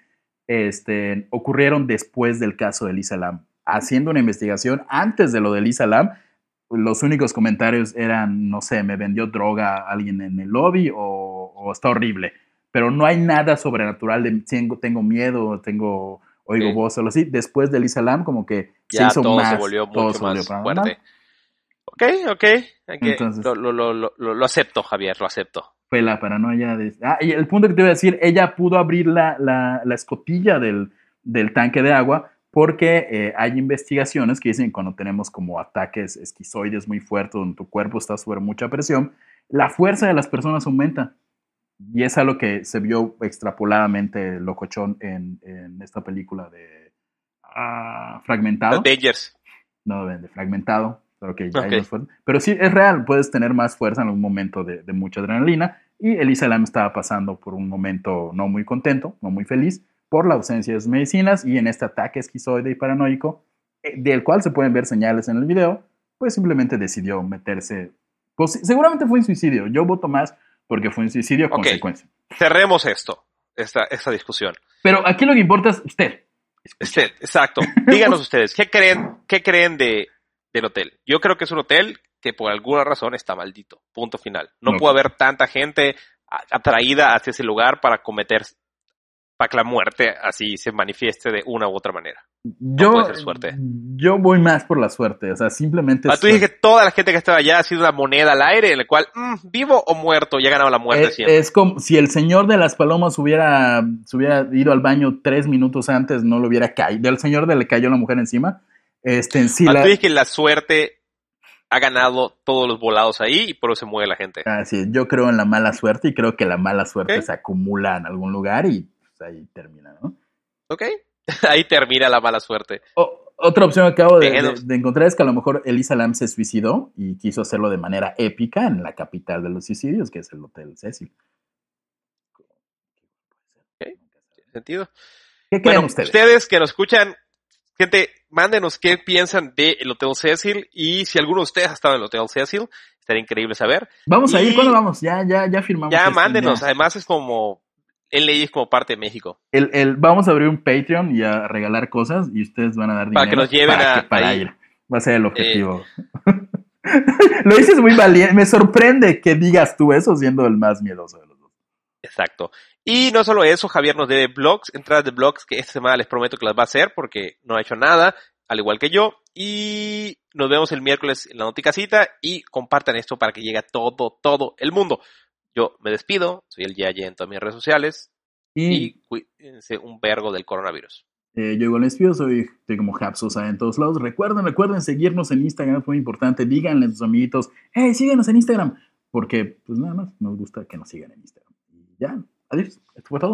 este, ocurrieron después del caso de Elisa Lam. Haciendo una investigación antes de lo de Elisa Lam, los únicos comentarios eran, no sé, me vendió droga a alguien en el lobby o, o está horrible. Pero no hay nada sobrenatural de tengo, tengo miedo, tengo, oigo Sí. voz o algo así. Después de Elisa Lam, como que Ya se hizo todo más. se volvió todo mucho se volvió más paranormal. fuerte. Ok, ok. hay que- Entonces- lo, lo, lo, lo, lo acepto, Javier, lo acepto. Fue la paranoia de... Ah, y el punto que te iba a decir, ella pudo abrir la, la, la escotilla del, del tanque de agua porque eh, hay investigaciones que dicen que cuando tenemos como ataques esquizoides muy fuertes, donde tu cuerpo está sobre mucha presión, la fuerza de las personas aumenta. Y es algo que se vio extrapoladamente locochón en, en esta película de ah, Fragmentado. Avengers. No, de, de Fragmentado. Pero, okay, ya hay Ok. más fuerza. Pero sí, es real. Puedes tener más fuerza en un momento de, de mucha adrenalina. Y Elisa Lam estaba pasando por un momento no muy contento, no muy feliz, por la ausencia de sus medicinas. Y en este ataque esquizoide y paranoico, eh, del cual se pueden ver señales en el video, pues simplemente decidió meterse Pues, seguramente fue un suicidio. Yo voto más porque fue un suicidio Ok. consecuencia. Cerremos esto, esta, esta discusión. Pero aquí lo que importa es usted. Este, exacto. Díganos ustedes, ¿qué creen, qué creen de, del hotel? Yo creo que es un hotel que por alguna razón está maldito. Punto final. No Ok. puede haber tanta gente a- atraída hacia ese lugar para cometer, para que la muerte así se manifieste de una u otra manera. Yo, puede ser suerte. yo voy más por la suerte. O sea, simplemente. Ah, tú dices que toda la gente que estaba allá ha sido una moneda al aire en la cual, mm, vivo o muerto, ya ganaba la muerte es, siempre. es como si el señor de las palomas hubiera, se hubiera ido al baño tres minutos antes, no lo hubiera caído. El señor de le cayó la mujer encima. Este, en sí Ah, la, tú dices que la suerte ha ganado todos los volados ahí y por eso se mueve la gente. Así es, yo creo en la mala suerte y creo que la mala suerte Ok. se acumula en algún lugar y pues, ahí termina, ¿no? ¿Ok? Ahí termina la mala suerte. O, otra opción que acabo de, de, Déjenos. de encontrar es que a lo mejor Elisa Lam se suicidó y quiso hacerlo de manera épica en la capital de los suicidios, que es el Hotel Cecil. ¿Tiene sentido? ¿Qué creen Bueno, ustedes? ustedes que nos escuchan, gente, mándenos qué piensan del Hotel Cecil y si alguno de ustedes ha estado en el Hotel Cecil, estaría increíble saber. Vamos a Y ir, ¿cuándo vamos? Ya, ya, ya firmamos. Ya esto, mándenos, ya. además es como, el ley es como parte de México. El, el, vamos a abrir un Patreon y a regalar cosas y ustedes van a dar dinero Para que nos lleven para, a- que- para ahí. ir. Va a ser el objetivo. Lo dices muy valiente. Me sorprende que digas tú eso siendo el más miedoso de los dos. Exacto. Y no solo eso, Javier nos debe blogs, entradas de blogs que esta semana les prometo que las va a hacer porque no ha hecho nada, al igual que yo. Y nos vemos el miércoles en la Noticasita y compartan esto para que llegue a todo, todo el mundo. Yo me despido, soy el Yaya en todas mis redes sociales Y, y cuídense un vergo del coronavirus. Eh, yo igual les pido, soy, estoy como Japsosa en todos lados. Recuerden, recuerden seguirnos en Instagram, es muy importante. Díganle a sus amiguitos, hey, síganos en Instagram. Porque, pues nada más, nos gusta que nos sigan en Instagram. Y ya, adiós. Esto fue todo.